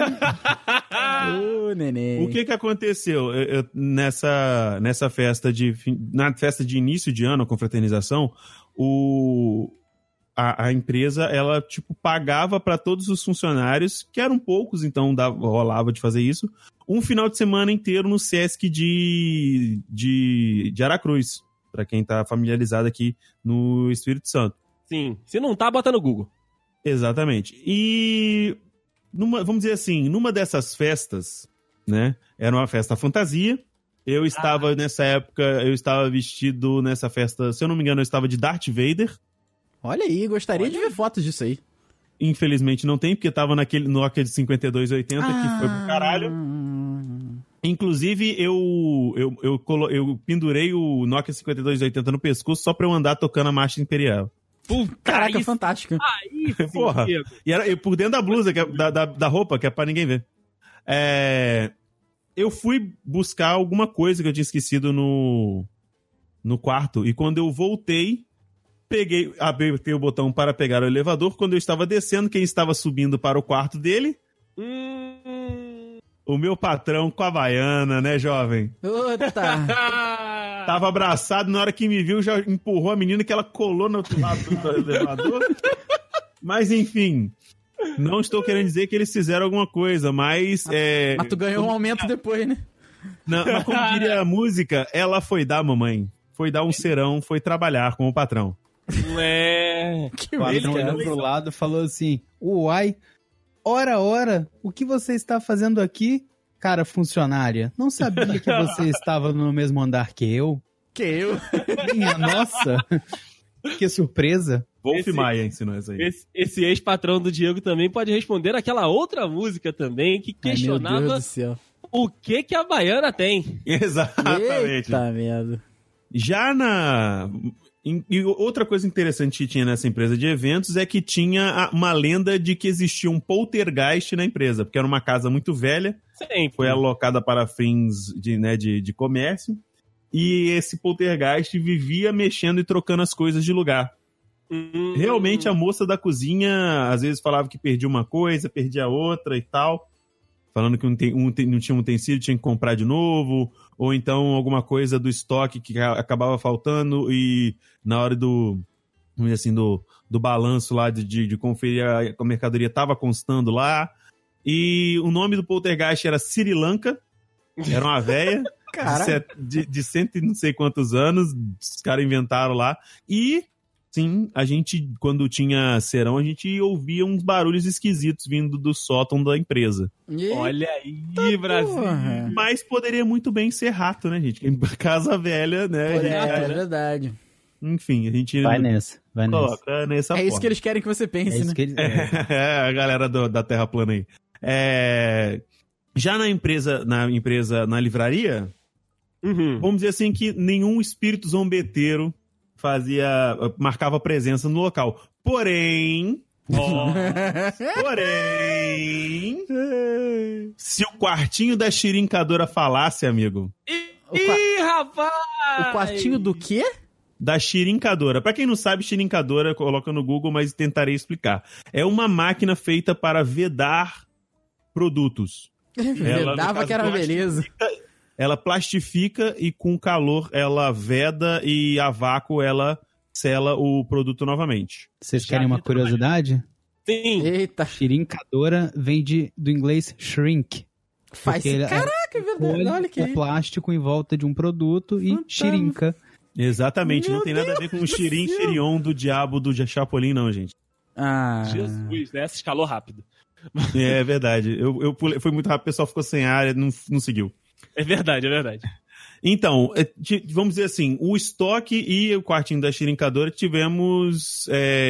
Speaker 2: Neném.
Speaker 4: O que aconteceu nessa festa na festa de início de ano, a confraternização, a empresa, ela, tipo, pagava para todos os funcionários, que eram poucos, então rolava de fazer isso, um final de semana inteiro no Sesc de Aracruz, para quem tá familiarizado aqui no Espírito Santo.
Speaker 5: Sim, se não tá, bota no Google.
Speaker 4: Exatamente. E, vamos dizer assim, numa dessas festas, né, era uma festa fantasia, eu estava, nessa época, vestido nessa festa, se eu não me engano, eu estava de Darth Vader.
Speaker 2: Olha aí, gostaria de ver fotos disso aí.
Speaker 4: Infelizmente não tem, porque tava naquele Nokia de 5280 que foi pro caralho. Inclusive, eu pendurei o Nokia 5280 no pescoço só pra eu andar tocando a marcha imperial.
Speaker 2: Caraca, fantástico.
Speaker 5: Aí,
Speaker 4: porra. E era por dentro da blusa, que é, da roupa, que é pra ninguém ver. Eu fui buscar alguma coisa que eu tinha esquecido no quarto, e quando eu voltei, apertei o botão para pegar o elevador. Quando eu estava descendo, quem estava subindo para o quarto dele? O meu patrão com a Baiana, né, jovem? Tava abraçado, na hora que me viu, já empurrou a menina, que ela colou no outro lado do elevador. Mas, enfim, não estou querendo dizer que eles fizeram alguma coisa, mas...
Speaker 2: Mas tu ganhou um aumento depois, né?
Speaker 4: Não, mas como diria a música, ela foi dar, mamãe. Foi dar um serão, foi trabalhar com o patrão.
Speaker 3: Que o patrão olhou pro lado e falou assim: uai, ora, o que você está fazendo aqui, cara funcionária? Não sabia que você estava no mesmo andar que eu? Minha nossa, que surpresa.
Speaker 4: Wolf Maia ensinou isso aí.
Speaker 5: Esse ex-patrão do Diego também pode responder aquela outra música também, que questionava
Speaker 2: meu Deus do céu.
Speaker 5: O que a Baiana tem.
Speaker 4: Exatamente.
Speaker 2: Eita merda.
Speaker 4: Já E outra coisa interessante que tinha nessa empresa de eventos é que tinha uma lenda de que existia um poltergeist na empresa, porque era uma casa muito velha, foi alocada para fins de comércio, e esse poltergeist vivia mexendo e trocando as coisas de lugar. Realmente a moça da cozinha às vezes falava que perdia uma coisa, perdia outra e tal, falando que não tinha um utensílio, tinha que comprar de novo, ou então alguma coisa do estoque que acabava faltando e na hora do balanço lá de conferir a mercadoria estava constando lá. E o nome do poltergeist era Sri Lanka, era uma véia de cento e não sei quantos anos, os caras inventaram lá. E sim, a gente, quando tinha serão, a gente ouvia uns barulhos esquisitos vindo do sótão da empresa.
Speaker 5: Olha aí, Brasil!
Speaker 2: Porra.
Speaker 4: Mas poderia muito bem ser rato, né, gente? Casa velha, né?
Speaker 2: É verdade.
Speaker 4: Enfim, a gente...
Speaker 3: Vai nessa.
Speaker 4: Coloca nessa
Speaker 2: É
Speaker 4: forma.
Speaker 2: isso que eles querem que você pense, né?
Speaker 4: A galera da Terra plana aí. Já na livraria, vamos dizer assim que nenhum espírito zombeteiro marcava presença no local. Porém, Porém, se o quartinho da xirincadora falasse, amigo...
Speaker 5: Ih, rapaz!
Speaker 2: O quartinho do quê?
Speaker 4: Da xirincadora. Pra quem não sabe, xirincadora, coloca no Google, mas tentarei explicar. É uma máquina feita para vedar produtos.
Speaker 2: Vedava que era beleza.
Speaker 4: Ela plastifica e com calor ela veda e a vácuo ela sela o produto novamente.
Speaker 3: Vocês querem uma curiosidade?
Speaker 5: Sim.
Speaker 2: Eita.
Speaker 3: Xirincadora vem do inglês shrink.
Speaker 2: Faz. Caraca, é verdade. Olha que
Speaker 3: o plástico em volta de um produto e xirinca.
Speaker 4: Exatamente, não tem nada a ver com o xirion do diabo do Chapolin, não, gente.
Speaker 5: Jesus, né? Se escalou rápido.
Speaker 4: É verdade. Eu pulei, foi muito rápido, o pessoal ficou sem ar, não seguiu.
Speaker 5: É verdade.
Speaker 4: Então, vamos dizer assim, o estoque e o quartinho da xirincadora tivemos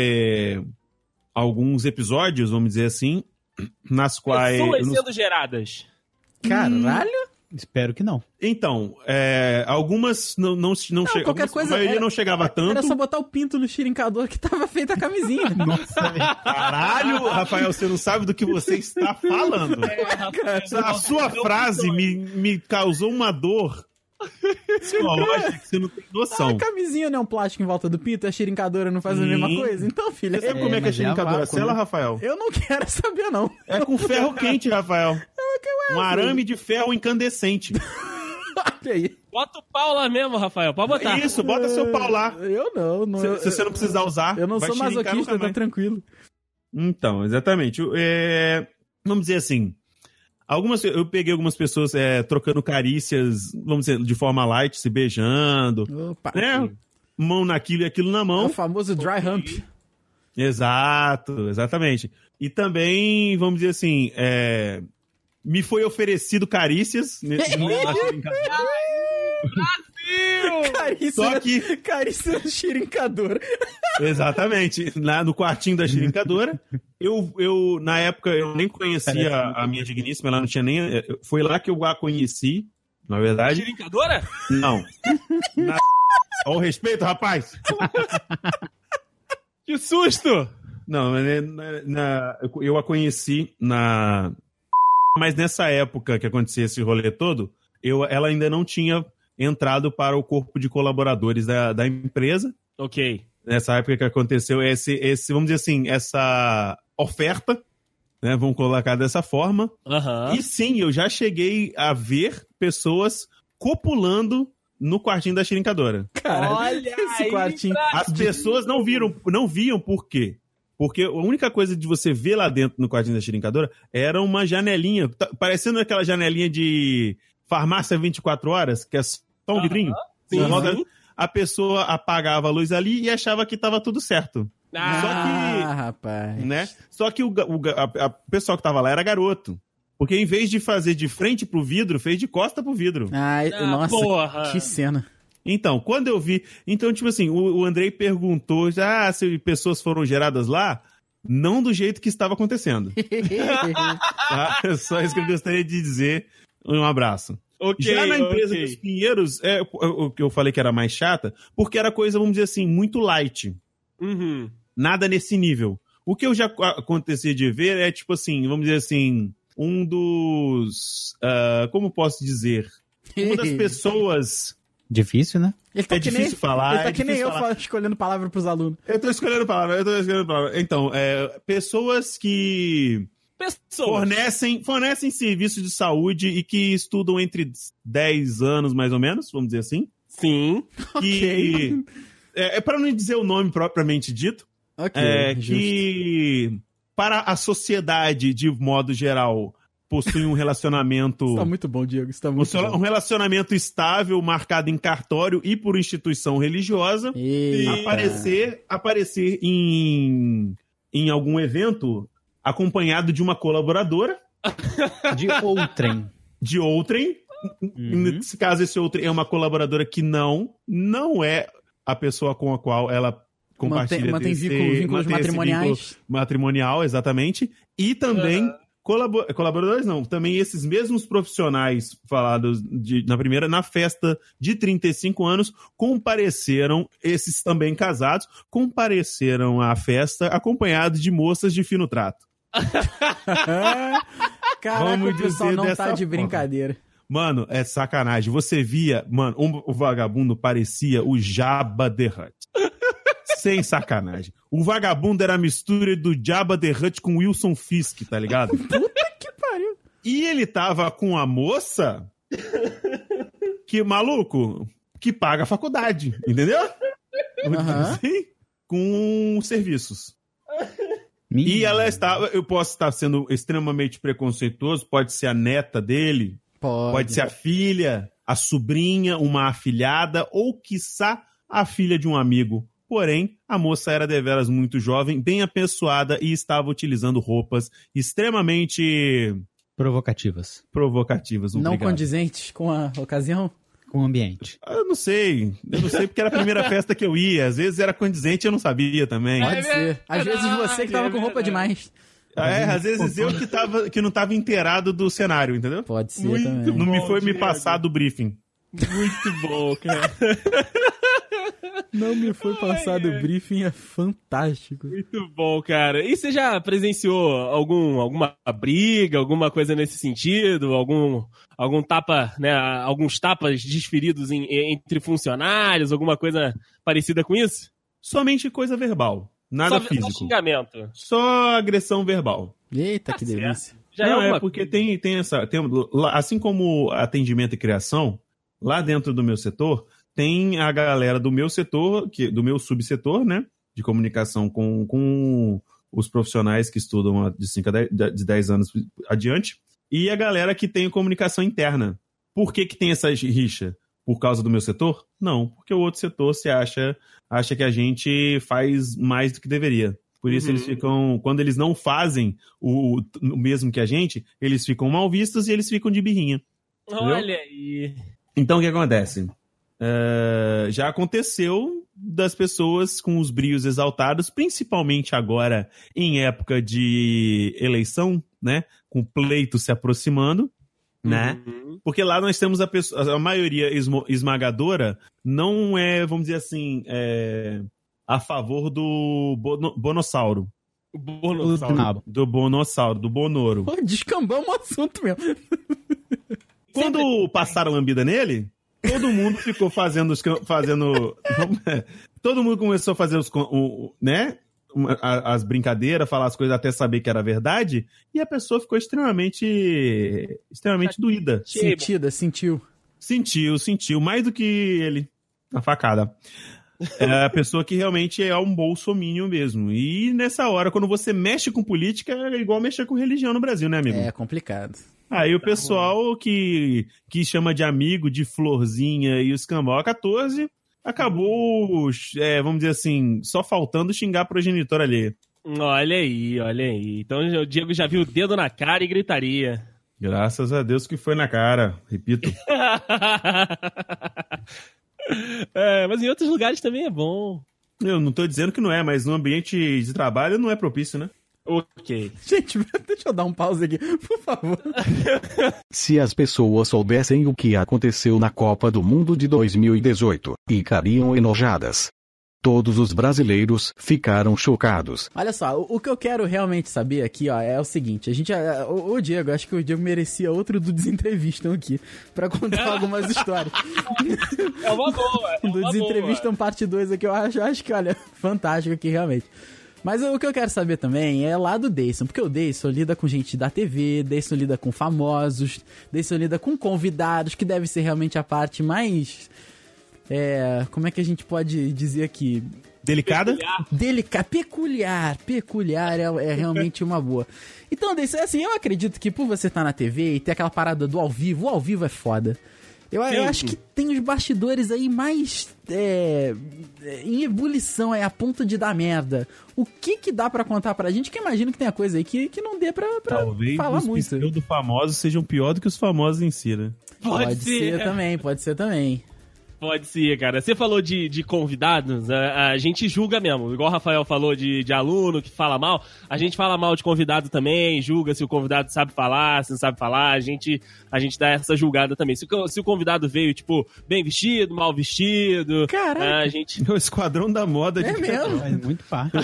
Speaker 4: alguns episódios, vamos dizer assim, nas quais...
Speaker 5: Pessoas sendo geradas.
Speaker 2: Caralho!
Speaker 3: Espero que não.
Speaker 4: Então, algumas não chegavam.
Speaker 2: Qualquer coisa,
Speaker 4: a maioria não chegava tanto.
Speaker 2: Era só botar o pinto no xirincador que tava feita a camisinha.
Speaker 3: Nossa, velho.
Speaker 4: Caralho, Rafael, você não sabe do que você está falando. A sua frase me causou uma dor psicológica que você não tem noção.
Speaker 2: A camisinha não é um plástico em volta do pinto, a xirincadora não faz a mesma coisa. Então, filha...
Speaker 4: Sabe como é que a xirincadora sela, Rafael?
Speaker 2: Eu não quero saber, não.
Speaker 4: É com ferro quente, Rafael. Um arame de ferro incandescente.
Speaker 2: Olha aí.
Speaker 5: Bota o pau lá mesmo, Rafael. Pode botar.
Speaker 4: Isso, bota seu pau lá.
Speaker 2: Eu não.
Speaker 4: Se você não precisar usar.
Speaker 2: Eu não sou masoquista, tá tranquilo.
Speaker 4: Então, exatamente. Vamos dizer assim. Eu peguei algumas pessoas trocando carícias, vamos dizer, de forma light, se beijando.
Speaker 2: Opa.
Speaker 4: Né? Mão naquilo e aquilo na mão.
Speaker 2: É o famoso dry hump.
Speaker 4: Exato, exatamente. E também, vamos dizer assim, me foi oferecido carícias.
Speaker 2: Carícia do xirincador.
Speaker 4: Exatamente, lá no quartinho da xirincadora. Eu na época, eu nem conhecia a minha digníssima, ela não tinha nem... Foi lá que eu a conheci, na verdade.
Speaker 5: Xirincadora?
Speaker 4: Não. Ao respeito, rapaz!
Speaker 5: Que susto!
Speaker 4: Não, eu a conheci Mas nessa época que acontecia esse rolê todo, ela ainda não tinha entrado para o corpo de colaboradores da empresa.
Speaker 5: Ok.
Speaker 4: Nessa época que aconteceu vamos dizer assim, essa oferta, né? Vamos colocar dessa forma.
Speaker 5: Uhum.
Speaker 4: E sim, eu já cheguei a ver pessoas copulando no quartinho da xirincadora.
Speaker 2: Cara,
Speaker 5: olha
Speaker 2: esse
Speaker 5: aí,
Speaker 2: quartinho.
Speaker 4: As pessoas não viam por quê? Porque a única coisa de você ver lá dentro no quartinho da xirincadora era uma janelinha, parecendo aquela janelinha de farmácia 24 horas, que é só um vidrinho.
Speaker 5: Sim.
Speaker 4: A pessoa apagava a luz ali e achava que estava tudo certo.
Speaker 2: Rapaz.
Speaker 4: Né? Só que o pessoal que tava lá era garoto. Porque em vez de fazer de frente pro vidro, fez de costa pro vidro.
Speaker 2: Nossa,
Speaker 5: porra.
Speaker 2: Que cena.
Speaker 4: Então, quando eu vi... Então, tipo assim, o Andrei perguntou se pessoas foram geradas lá, não do jeito que estava acontecendo. Tá? É só isso que eu gostaria de dizer. Um abraço.
Speaker 5: Okay,
Speaker 4: já na empresa dos Pinheiros, o que eu falei que era mais chata, porque era coisa, vamos dizer assim, muito light.
Speaker 5: Uhum.
Speaker 4: Nada nesse nível. O que eu já acontecia de ver é, tipo assim, vamos dizer assim, um dos... como posso dizer? Uma das pessoas...
Speaker 3: Difícil, né?
Speaker 2: Ele
Speaker 4: difícil falar.
Speaker 2: Ele tá que nem eu escolhendo palavra pros alunos.
Speaker 4: Eu tô escolhendo palavra. Então, pessoas que... Fornecem serviços de saúde e que estudam entre 10 anos, mais ou menos, vamos dizer assim.
Speaker 5: Sim.
Speaker 4: Que... para não dizer o nome propriamente dito, que para a sociedade, de modo geral, possui um relacionamento...
Speaker 2: Isso tá muito bom, Diego. Isso tá muito bom.
Speaker 4: Um relacionamento estável, marcado em cartório e por instituição religiosa. Aparecer em algum evento acompanhado de uma colaboradora. De outrem. Nesse caso, esse outrem é uma colaboradora que não é a pessoa com a qual ela compartilha
Speaker 2: mantém vínculos matrimoniais.
Speaker 4: Matrimonial, exatamente. E também Colaboradores não, também esses mesmos profissionais falados na festa de 35 anos, compareceram, esses também casados, compareceram à festa acompanhados de moças de fino trato.
Speaker 2: Caraca, o pessoal não tá de brincadeira.
Speaker 4: Mano, é sacanagem. Você via, mano, o vagabundo parecia o Jabba the Hutt. Sem sacanagem. O vagabundo era a mistura do Jabba the Hutt com Wilson Fisk, tá ligado?
Speaker 2: Puta que pariu.
Speaker 4: E ele tava com a moça que, maluco, que paga a faculdade, entendeu? Assim, com serviços. E ela estava, eu posso estar sendo extremamente preconceituoso, pode ser a neta dele, pode ser a filha, a sobrinha, uma afilhada, ou quiçá a filha de um amigo. Porém, a moça era deveras muito jovem, bem apessoada e estava utilizando roupas extremamente...
Speaker 3: provocativas.
Speaker 2: Não condizentes com a ocasião?
Speaker 3: Com o ambiente.
Speaker 4: Eu não sei porque era a primeira festa que eu ia. Às vezes era condizente e eu não sabia também.
Speaker 2: Pode ser. Às vezes você que tava com roupa demais.
Speaker 4: Às vezes eu que não tava inteirado do cenário, entendeu?
Speaker 2: Pode ser também.
Speaker 4: Não me foi me passar do briefing.
Speaker 5: Muito bom, cara.
Speaker 2: Não me foi passado o briefing, é fantástico.
Speaker 5: Muito bom, cara. E você já presenciou alguma briga, alguma coisa nesse sentido? Algum tapa, né? Alguns tapas desferidos entre funcionários, alguma coisa parecida com isso?
Speaker 4: Somente coisa verbal, nada físico.
Speaker 5: Só xingamento.
Speaker 4: Só agressão verbal.
Speaker 2: Eita, que delícia.
Speaker 5: Já
Speaker 4: não, porque tem assim como atendimento e criação, lá dentro do meu setor, tem a galera do meu setor, do meu subsetor, né? De comunicação com os profissionais que estudam de 10 anos adiante. E a galera que tem comunicação interna. Por que tem essa rixa? Por causa do meu setor? Não, porque o outro setor se acha que a gente faz mais do que deveria. Por isso eles ficam... Quando eles não fazem o mesmo que a gente, eles ficam mal vistos e eles ficam de birrinha.
Speaker 5: Olha aí.
Speaker 4: Então, o que acontece? Já aconteceu das pessoas com os brios exaltados, principalmente agora em época de eleição, né? Com o pleito se aproximando, né? Porque lá nós temos a maioria esmagadora não é, vamos dizer assim, a favor do bonossauro. Do bonossauro, do bonoro.
Speaker 2: Pô, descambamos o assunto mesmo.
Speaker 4: Quando passaram a lambida nele, todo mundo ficou fazendo todo mundo começou a fazer as brincadeiras, falar as coisas até saber que era verdade, e a pessoa ficou extremamente doída. Sentiu mais do que ele na facada. É a pessoa que realmente é um bolsominion mesmo. E nessa hora, quando você mexe com política, é igual mexer com religião no Brasil, né, amigo?
Speaker 2: É complicado.
Speaker 4: Aí o pessoal que chama de amigo, de florzinha e os cambau 14, acabou, vamos dizer assim, só faltando xingar a progenitora ali.
Speaker 5: Olha aí. Então o Diego já viu o dedo na cara e gritaria.
Speaker 4: Graças a Deus que foi na cara, repito.
Speaker 5: Mas em outros lugares também é bom.
Speaker 4: Eu não tô dizendo que não é, mas no ambiente de trabalho não é propício, né?
Speaker 5: Ok.
Speaker 2: Gente, deixa eu dar um pause aqui, por favor.
Speaker 6: Se as pessoas soubessem o que aconteceu na Copa do Mundo de 2018, ficariam enojadas. Todos os brasileiros ficaram chocados.
Speaker 2: Olha só, o que eu quero realmente saber aqui, ó, é o seguinte. O Diego, acho que o Diego merecia outro do Desentrevistam aqui, pra contar algumas histórias.
Speaker 5: É uma boa.
Speaker 2: Do Desentrevistam parte 2 aqui, eu acho que, olha, fantástico aqui, realmente. Mas o que eu quero saber também é lá do Deison, porque o Deison lida com gente da TV, Deison lida com famosos, Deison lida com convidados, que deve ser realmente a parte mais... como é que a gente pode dizer aqui?
Speaker 4: Delicada?
Speaker 2: Peculiar é realmente uma boa. Então, Deison, assim, eu acredito que por você estar na TV e ter aquela parada do ao vivo, o ao vivo é foda. Eu acho que tem os bastidores aí mais em ebulição, a ponto de dar merda. O que dá pra contar pra gente? Que imagino que tem a coisa aí que não dê pra
Speaker 4: talvez
Speaker 2: falar muito.
Speaker 4: Talvez os pseudo-famosos sejam pior do que os famosos em si, né?
Speaker 2: Pode ser também.
Speaker 5: Pode ser, cara. Você falou de convidados, a gente julga mesmo. Igual o Rafael falou de aluno que fala mal, a gente fala mal de convidado também, julga se o convidado sabe falar, se não sabe falar, a gente dá essa julgada também. Se o convidado veio, tipo, bem vestido, mal vestido,
Speaker 2: caraca,
Speaker 5: a gente...
Speaker 4: O esquadrão da moda de
Speaker 2: mesmo?
Speaker 3: É muito fácil.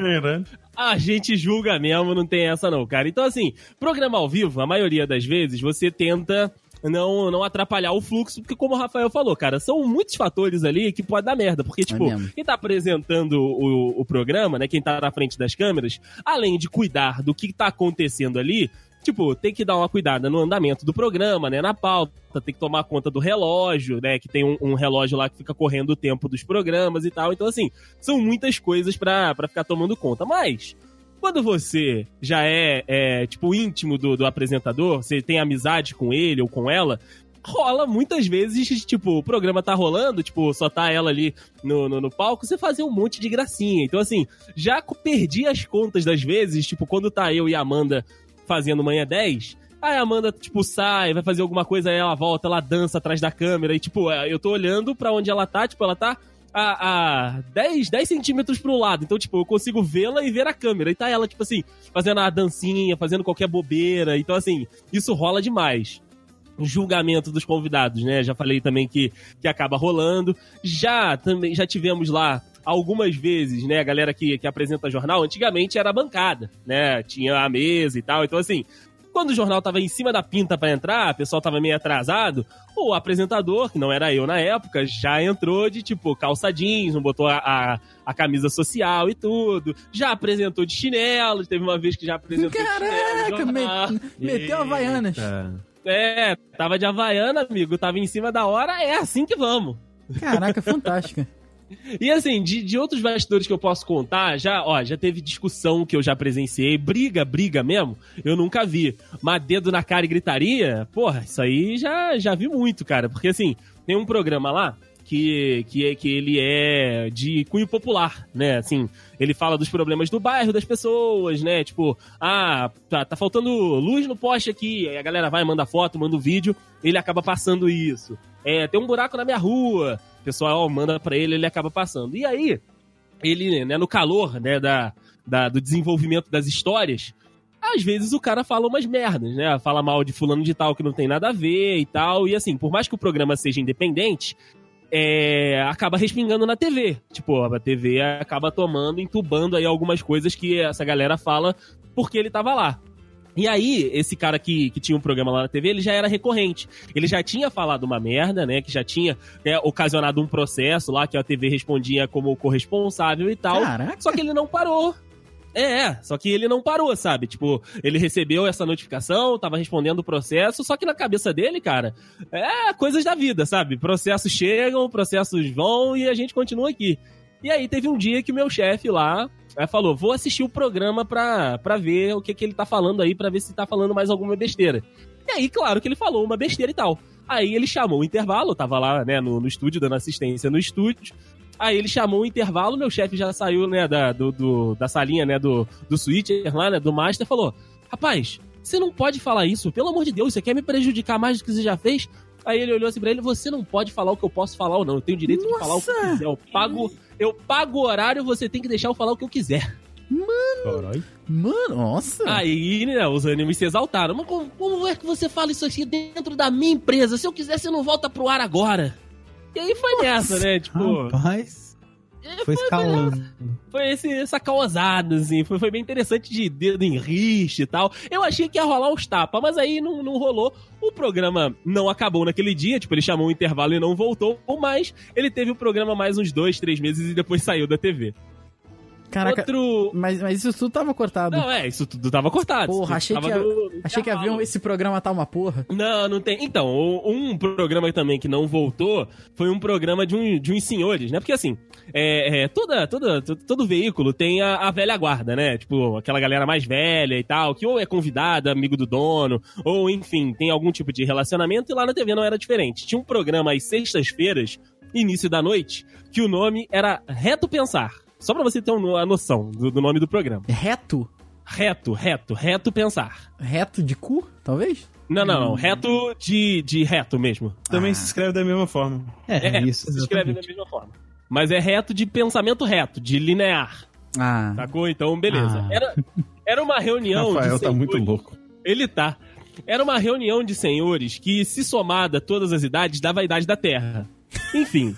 Speaker 5: A gente julga mesmo, não tem essa não, cara. Então, assim, programa ao vivo, a maioria das vezes, você tenta não atrapalhar o fluxo, porque como o Rafael falou, cara, são muitos fatores ali que pode dar merda, porque, tipo, quem tá apresentando o programa, né, quem tá na frente das câmeras, além de cuidar do que tá acontecendo ali, tipo, tem que dar uma cuidada no andamento do programa, né, na pauta, tem que tomar conta do relógio, né, que tem um relógio lá que fica correndo o tempo dos programas e tal, então, assim, são muitas coisas pra ficar tomando conta, mas... Quando você já é tipo, íntimo do apresentador, você tem amizade com ele ou com ela, rola muitas vezes, tipo, o programa tá rolando, tipo, só tá ela ali no palco, você fazer um monte de gracinha. Então, assim, já perdi as contas das vezes, tipo, quando tá eu e a Amanda fazendo Manhã 10... Aí a Amanda, tipo, sai, vai fazer alguma coisa, aí ela volta, ela dança atrás da câmera, e, tipo, eu tô olhando pra onde ela tá, tipo, ela tá... a 10 centímetros pro lado. Então, tipo, eu consigo vê-la e ver a câmera. E tá ela, tipo assim, fazendo a dancinha, fazendo qualquer bobeira. Então, assim, isso rola demais. O julgamento dos convidados, né? Já falei também que acaba rolando. Já tivemos lá algumas vezes, né? A galera que apresenta jornal, antigamente era a bancada, né? Tinha a mesa e tal. Então, assim... Quando o jornal tava em cima da pinta pra entrar, o pessoal tava meio atrasado, o apresentador, que não era eu na época, já entrou de, tipo, calça jeans, não botou a camisa social e tudo. Já apresentou de chinelo, teve uma vez que já apresentou de chinelo.
Speaker 2: Caraca, meteu Havaianas.
Speaker 5: Tava de Havaiana, amigo, tava em cima da hora, é assim que vamos.
Speaker 2: Caraca, fantástica.
Speaker 5: E assim, de outros bastidores que eu posso contar, já teve discussão que eu já presenciei, briga mesmo, eu nunca vi. Mas dedo na cara e gritaria, porra, isso aí já vi muito, cara. Porque assim, tem um programa lá que ele é de cunho popular, né? Assim, ele fala dos problemas do bairro, das pessoas, né? Tipo, tá faltando luz no poste aqui, aí a galera vai, manda foto, manda um vídeo, ele acaba passando isso. Tem um buraco na minha rua, o pessoal manda pra ele acaba passando. E aí, ele, né, no calor, né, do desenvolvimento das histórias, às vezes o cara fala umas merdas, né? Fala mal de fulano de tal que não tem nada a ver e tal. E assim, por mais que o programa seja independente, acaba respingando na TV. Tipo, a TV acaba entubando aí algumas coisas que essa galera fala porque ele tava lá. E aí, esse cara que tinha um programa lá na TV, ele já era recorrente. Ele já tinha falado uma merda, né? Que já tinha ocasionado um processo lá, que a TV respondia como corresponsável e tal.
Speaker 2: Caraca.
Speaker 5: Só que ele não parou. Só que ele não parou, sabe? Tipo, ele recebeu essa notificação, tava respondendo o processo, só que na cabeça dele, cara, coisas da vida, sabe? Processos chegam, processos vão e a gente continua aqui. E aí teve um dia que o meu chefe lá falou, vou assistir o programa pra ver o que ele tá falando aí, pra ver se tá falando mais alguma besteira. E aí, claro que ele falou uma besteira e tal. Aí ele chamou o intervalo, eu tava lá, né, no estúdio, dando assistência no estúdio. Aí ele chamou o intervalo, meu chefe já saiu, né, da salinha, né, do switcher lá, né, do master, falou, rapaz, você não pode falar isso, pelo amor de Deus, você quer me prejudicar mais do que você já fez? Aí ele olhou assim pra ele, você não pode falar o que eu posso falar ou não, eu tenho o direito de falar o que eu quiser, eu pago o horário, você tem que deixar eu falar o que eu quiser.
Speaker 2: Mano, nossa.
Speaker 5: Aí, né, os ânimos se exaltaram. Mas como é que você fala isso aqui dentro da minha empresa? Se eu quiser, você não volta pro ar agora. E aí foi nessa, né, tipo...
Speaker 3: Rapaz, foi escalando.
Speaker 5: Foi essa causada, assim, foi bem interessante, de dedo em rixe e tal. Eu achei que ia rolar uns tapas, mas aí não rolou. O programa não acabou naquele dia, tipo, ele chamou um intervalo e não voltou, mas ele teve o programa mais uns 2-3 meses e depois saiu da TV.
Speaker 2: Caraca, mas isso tudo tava cortado.
Speaker 5: Não, isso tudo tava cortado.
Speaker 2: Porra, achei que havia esse programa tá uma porra.
Speaker 5: Não tem. Então, um programa também que não voltou foi um programa de uns senhores, né? Porque assim, todo veículo tem a velha guarda, né? Tipo, aquela galera mais velha e tal, que ou é convidada, amigo do dono, ou enfim, tem algum tipo de relacionamento, e lá na TV não era diferente. Tinha um programa às sextas-feiras, início da noite, que o nome era Reto Pensar. Só pra você ter a noção do nome do programa.
Speaker 2: Reto?
Speaker 5: Reto Pensar.
Speaker 2: Reto de cu? talvez?
Speaker 5: Não. Reto de reto mesmo.
Speaker 4: Também se escreve da mesma forma.
Speaker 3: Isso.
Speaker 5: Se escreve da mesma forma. Mas é reto de pensamento reto, de linear. Sacou? Então, beleza. Era uma reunião
Speaker 4: Rafael
Speaker 5: de
Speaker 4: tá muito louco.
Speaker 5: Ele tá. Era uma reunião de senhores que, se somada todas as idades, dava a idade da Terra. Enfim.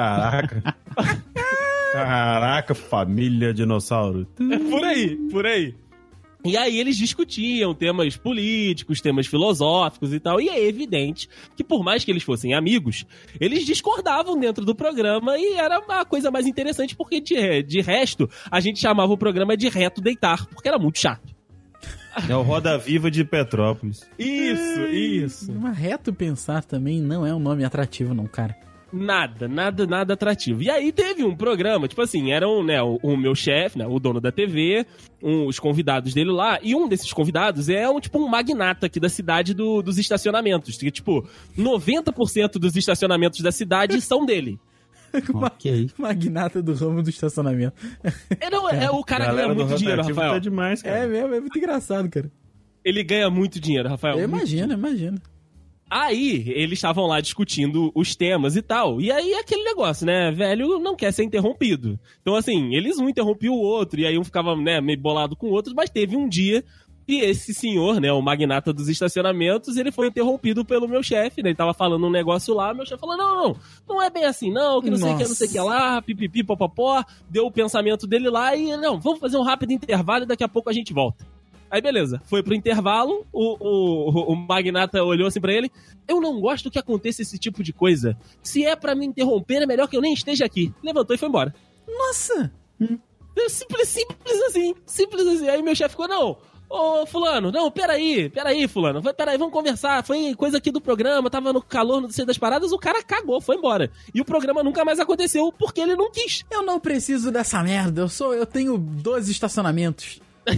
Speaker 4: Caraca, família dinossauro.
Speaker 5: Por aí. E aí eles discutiam temas políticos, temas filosóficos e tal. E é evidente que, por mais que eles fossem amigos, eles discordavam dentro do programa e era uma coisa mais interessante porque, de resto, a gente chamava o programa de Reto Deitar, porque era muito chato.
Speaker 4: É o Roda Viva de Petrópolis.
Speaker 5: Isso.
Speaker 2: Mas Reto Pensar também não é um nome atrativo, não, cara.
Speaker 5: Nada atrativo. E aí teve um programa, tipo assim, eram, né, o meu chefe, né, o dono da TV, os convidados dele lá, e um desses convidados é um magnata aqui da cidade dos estacionamentos, que, tipo, 90% dos estacionamentos da cidade são dele.
Speaker 3: Ok.
Speaker 2: Magnata do ramo do estacionamento.
Speaker 5: O cara ganha muito dinheiro, Rafael.
Speaker 4: Tá demais, cara.
Speaker 2: É mesmo, é muito engraçado, cara.
Speaker 5: Ele ganha muito dinheiro, Rafael.
Speaker 2: Eu imagino.
Speaker 5: Aí, eles estavam lá discutindo os temas e tal. E aí, aquele negócio, né? Velho não quer ser interrompido. Então, assim, eles um interrompiam o outro. E aí, um ficava, né, meio bolado com o outro. Mas teve um dia que esse senhor, né, o magnata dos estacionamentos, ele foi interrompido pelo meu chefe, né? Ele tava falando um negócio lá. Meu chefe falou, não é bem assim, não. Que não sei o que, não sei o que lá. Pipipi, popopó. Deu o pensamento dele lá e, não, vamos fazer um rápido intervalo e daqui a pouco a gente volta. Aí, beleza. Foi pro intervalo, o magnata olhou assim pra ele. Eu não gosto que aconteça esse tipo de coisa. Se é pra me interromper, é melhor que eu nem esteja aqui. Levantou e foi embora.
Speaker 2: Nossa!
Speaker 5: Simples assim. Aí meu chefe ficou, não... Ô, fulano, não, peraí, fulano. Peraí, vamos conversar. Foi coisa aqui do programa, tava no calor, não sei das paradas, o cara cagou, foi embora. E o programa nunca mais aconteceu porque ele não quis.
Speaker 2: Eu não preciso dessa merda, eu tenho 12 estacionamentos.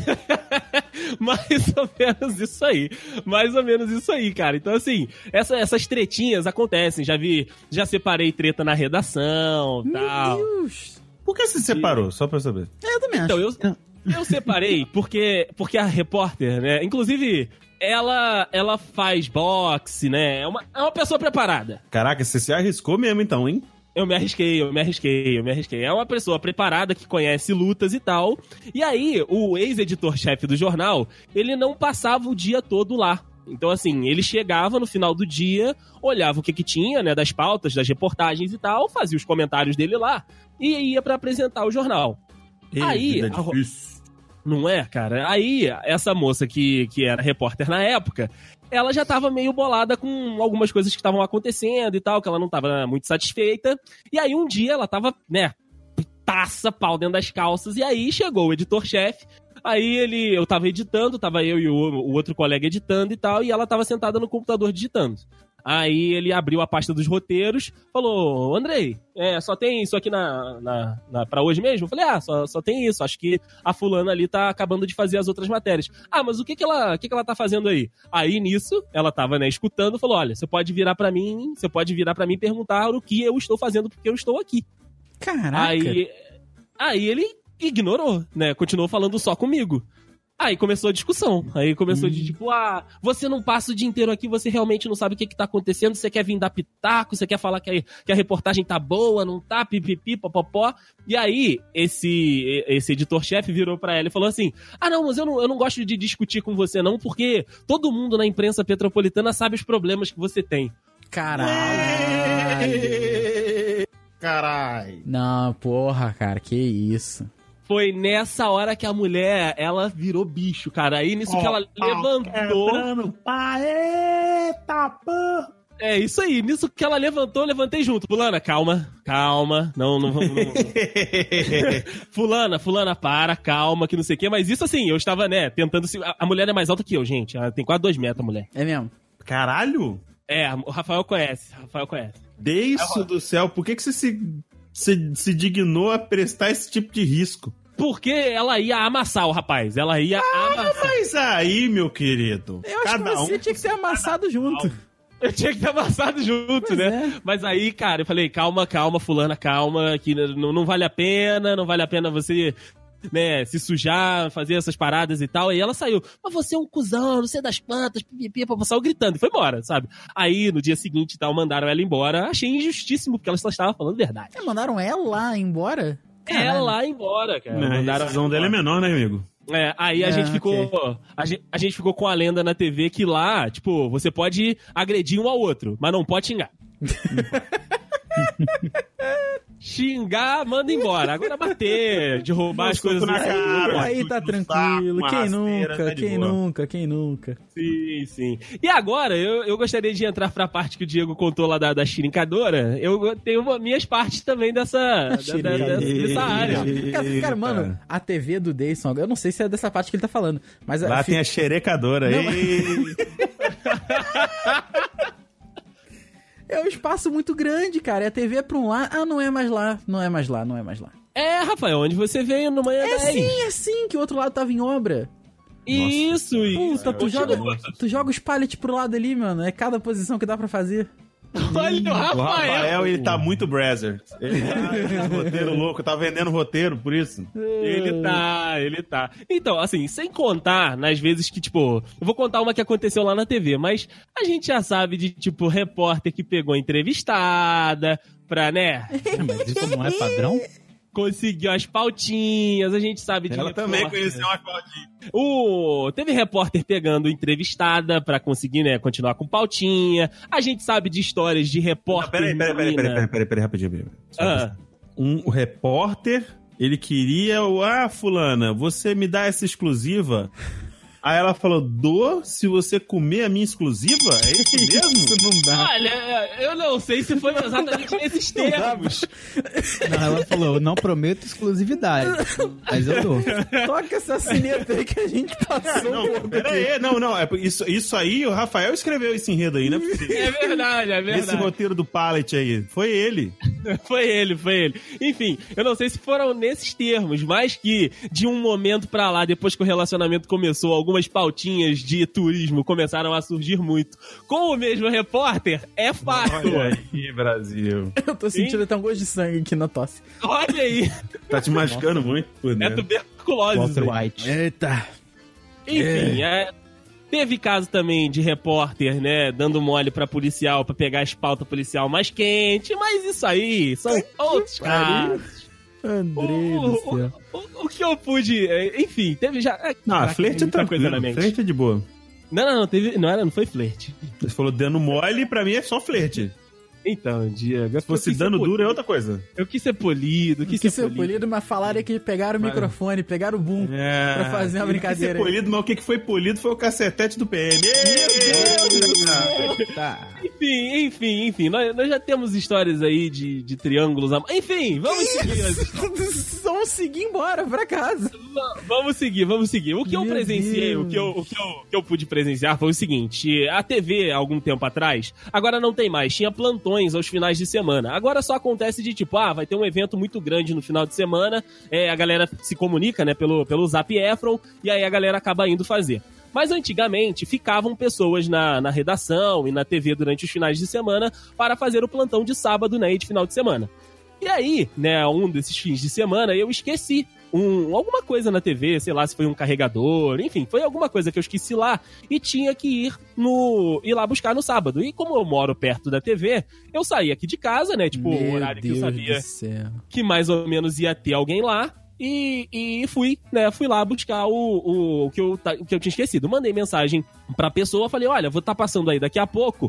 Speaker 5: Mais ou menos isso aí, cara. Então, assim, essas tretinhas acontecem. Já separei treta na redação e tal.
Speaker 2: Meu Deus!
Speaker 4: Por que você separou? Só pra eu saber.
Speaker 2: Eu também acho.
Speaker 5: Então, eu separei porque a repórter, né? Inclusive, ela faz boxe, né? É uma pessoa preparada.
Speaker 4: Caraca, você se arriscou mesmo então, hein?
Speaker 5: Eu me arrisquei. É uma pessoa preparada que conhece lutas e tal. E aí, o ex-editor-chefe do jornal, ele não passava o dia todo lá. Então, assim, ele chegava no final do dia, olhava o que tinha, né, das pautas, das reportagens e tal, fazia os comentários dele lá e ia pra apresentar o jornal. Aí, não é, cara? Aí, essa moça que era repórter na época, ela já tava meio bolada com algumas coisas que estavam acontecendo e tal, que ela não tava muito satisfeita. E aí, um dia, ela tava, né, pau dentro das calças, e aí chegou o editor-chefe. Aí eu tava editando, tava eu e o outro colega editando e tal, e ela tava sentada no computador digitando. Aí ele abriu a pasta dos roteiros, falou, Andrei, só tem isso aqui pra hoje mesmo? Eu falei, só tem isso, acho que a fulana ali tá acabando de fazer as outras matérias. Mas o que ela tá fazendo aí? Aí nisso, ela tava, né, escutando, falou, olha, você pode virar pra mim e perguntar o que eu estou fazendo porque eu estou aqui.
Speaker 2: Caraca!
Speaker 5: Aí ele ignorou, né, continuou falando só comigo. Aí começou a discussão. Aí começou de tipo, você não passa o dia inteiro aqui, você realmente não sabe o que tá acontecendo, você quer vir dar pitaco, você quer falar que a reportagem tá boa, não tá, pipipi, popopó. E aí, esse editor-chefe virou pra ela e falou assim, não, mas eu não gosto de discutir com você não, porque todo mundo na imprensa petropolitana sabe os problemas que você tem.
Speaker 4: Caralho.
Speaker 2: Não, porra, cara, que isso.
Speaker 5: Foi nessa hora que a mulher, ela virou bicho, cara. Aí nisso que ela levantou...
Speaker 4: Eita, porra!
Speaker 5: É isso aí, nisso que ela levantou, eu levantei junto. Fulana, calma. Não vamos... Fulana, calma, que não sei o quê. Mas isso assim, eu estava, né, tentando... A mulher é mais alta que eu, gente. Ela tem quase 2 metros, a mulher.
Speaker 2: É mesmo?
Speaker 4: Caralho?
Speaker 5: O Rafael conhece.
Speaker 4: Deus do céu, por que você se dignou a prestar esse tipo de risco?
Speaker 5: Porque ela ia amassar o rapaz. Ela ia amassar.
Speaker 4: Mas aí, meu querido...
Speaker 2: Eu acho que você tinha que ser amassado junto.
Speaker 5: Eu tinha que ter amassado junto, pois né? É. Mas aí, cara, eu falei, calma, fulana, calma, que não vale a pena você né, se sujar, fazer essas paradas e tal. Aí ela saiu. Mas você é um cuzão, não sei das quantas, pipipi, saiu gritando e foi embora, sabe? Aí, no dia seguinte e tal, mandaram ela embora. Achei injustíssimo, porque ela só estava falando verdade.
Speaker 2: Mandaram ela embora? Caralho.
Speaker 5: Ela embora, cara.
Speaker 4: A decisão dela é menor, né, amigo?
Speaker 5: Aí a gente ficou. Okay. A gente ficou com a lenda na TV que lá, tipo, você pode agredir um ao outro, mas não pode xingar. Xingar, manda embora. Agora bater, derrubar as coisas
Speaker 4: na cara.
Speaker 2: Aí tá tranquilo. Quem nunca?
Speaker 5: Sim. E agora, eu gostaria de entrar pra parte que o Diego contou lá da xirincadora. Eu tenho minhas partes também dessa área.
Speaker 2: Cara, mano, a TV do Dayson, eu não sei se é dessa parte que ele tá falando, mas
Speaker 4: lá tem a xerecadora aí.
Speaker 2: É um espaço muito grande, cara. E a TV é pra um lado. Não é mais lá.
Speaker 5: É, Rafael, onde você veio no Manhã 10.
Speaker 2: É sim, que o outro lado tava em obra.
Speaker 5: Isso.
Speaker 2: Puta, tu joga os pallets pro lado ali, mano. É cada posição que dá pra fazer.
Speaker 5: Olha, o Rafael,
Speaker 4: ele tá muito Brazzer. Ele tá roteiro louco, tá vendendo roteiro, por isso.
Speaker 5: Ele tá. Então, assim, sem contar nas vezes que, tipo, eu vou contar uma que aconteceu lá na TV, mas a gente já sabe de, tipo, repórter que pegou entrevistada pra, né?
Speaker 3: Mas isso não é padrão?
Speaker 5: Conseguiu as pautinhas, a gente sabe de
Speaker 4: ela
Speaker 5: repórter.
Speaker 4: Também conheceu umas pautinhas.
Speaker 5: Teve repórter pegando entrevistada pra conseguir, né, continuar com pautinha. A gente sabe de histórias de repórter...
Speaker 4: Peraí, rapidinho. O repórter, ele queria... fulana, você me dá essa exclusiva... Aí ela falou, se você comer a minha exclusiva? É isso mesmo?
Speaker 2: Isso não dá.
Speaker 5: Olha, eu não sei se foi exatamente nesses termos.
Speaker 3: Não, ela falou, não prometo exclusividade, mas eu dou.
Speaker 2: Toca essa sineta aí que a gente passou.
Speaker 4: Não, isso aí, o Rafael escreveu esse enredo aí, né?
Speaker 5: É verdade.
Speaker 4: Esse roteiro do pallet aí, foi ele.
Speaker 5: Foi ele. Enfim, eu não sei se foram nesses termos, mas que de um momento pra lá, depois que o relacionamento começou, algumas pautinhas de turismo começaram a surgir muito. Com o mesmo repórter, é fato.
Speaker 4: Olha aí, Brasil.
Speaker 2: Eu tô sentindo até um gosto de sangue aqui na tosse.
Speaker 5: Olha aí.
Speaker 4: Tá te machucando muito, por
Speaker 5: dentro. É tuberculose.
Speaker 3: Walter White.
Speaker 2: Eita.
Speaker 5: Enfim, teve caso também de repórter, né, dando mole pra policial, pra pegar as pautas policial mais quente, mas isso aí são outros casos.
Speaker 2: André do céu.
Speaker 5: O que eu pude... Enfim, teve já...
Speaker 4: Flerte é tranquilo, flerte é de boa.
Speaker 5: Não foi flerte.
Speaker 4: Você falou dando mole, pra mim é só flerte.
Speaker 5: Então, Diego...
Speaker 4: Se fosse dano duro é outra coisa.
Speaker 5: Eu quis ser polido,
Speaker 2: quis ser polido, mas falaram que pegaram o microfone, pegaram o boom pra fazer uma brincadeira.
Speaker 4: Quis ser polido, mas o que foi polido foi o cacetete do PM.
Speaker 2: Meu Deus do céu!
Speaker 5: Tá. Enfim, nós já temos histórias aí de triângulos. Enfim, vamos seguir.
Speaker 2: Vamos seguir embora pra casa.
Speaker 5: Vamos seguir. O que eu presenciei, o que eu pude presenciar foi o seguinte: a TV, algum tempo atrás, agora não tem mais, tinha plantões aos finais de semana. Agora só acontece de tipo, vai ter um evento muito grande no final de semana, a galera se comunica, né, pelo Zap Efron, e aí a galera acaba indo fazer. Mas antigamente ficavam pessoas na redação e na TV durante os finais de semana para fazer o plantão de sábado, né, e de final de semana. E aí, né, um desses fins de semana eu esqueci alguma coisa na TV, sei lá, se foi um carregador, enfim, foi alguma coisa que eu esqueci lá e tinha que ir lá buscar no sábado. E como eu moro perto da TV, eu saí aqui de casa, né, tipo, o horário que eu sabia que mais ou menos ia ter alguém lá. E fui lá buscar o que eu tinha esquecido. Mandei mensagem pra pessoa, falei, olha, vou estar passando aí daqui a pouco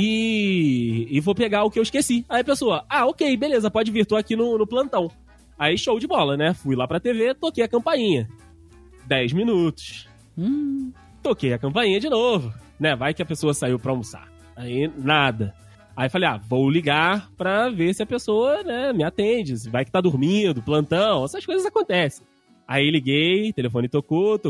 Speaker 5: e vou pegar o que eu esqueci. Aí a pessoa, ok, beleza, pode vir, tô aqui no plantão. Aí show de bola, né? Fui lá pra TV, toquei a campainha. 10 minutos. Toquei a campainha de novo, né? Vai que a pessoa saiu pra almoçar. Aí nada. Aí falei, vou ligar pra ver se a pessoa, né, me atende. Vai que tá dormindo, plantão, essas coisas acontecem. Aí liguei, telefone tocou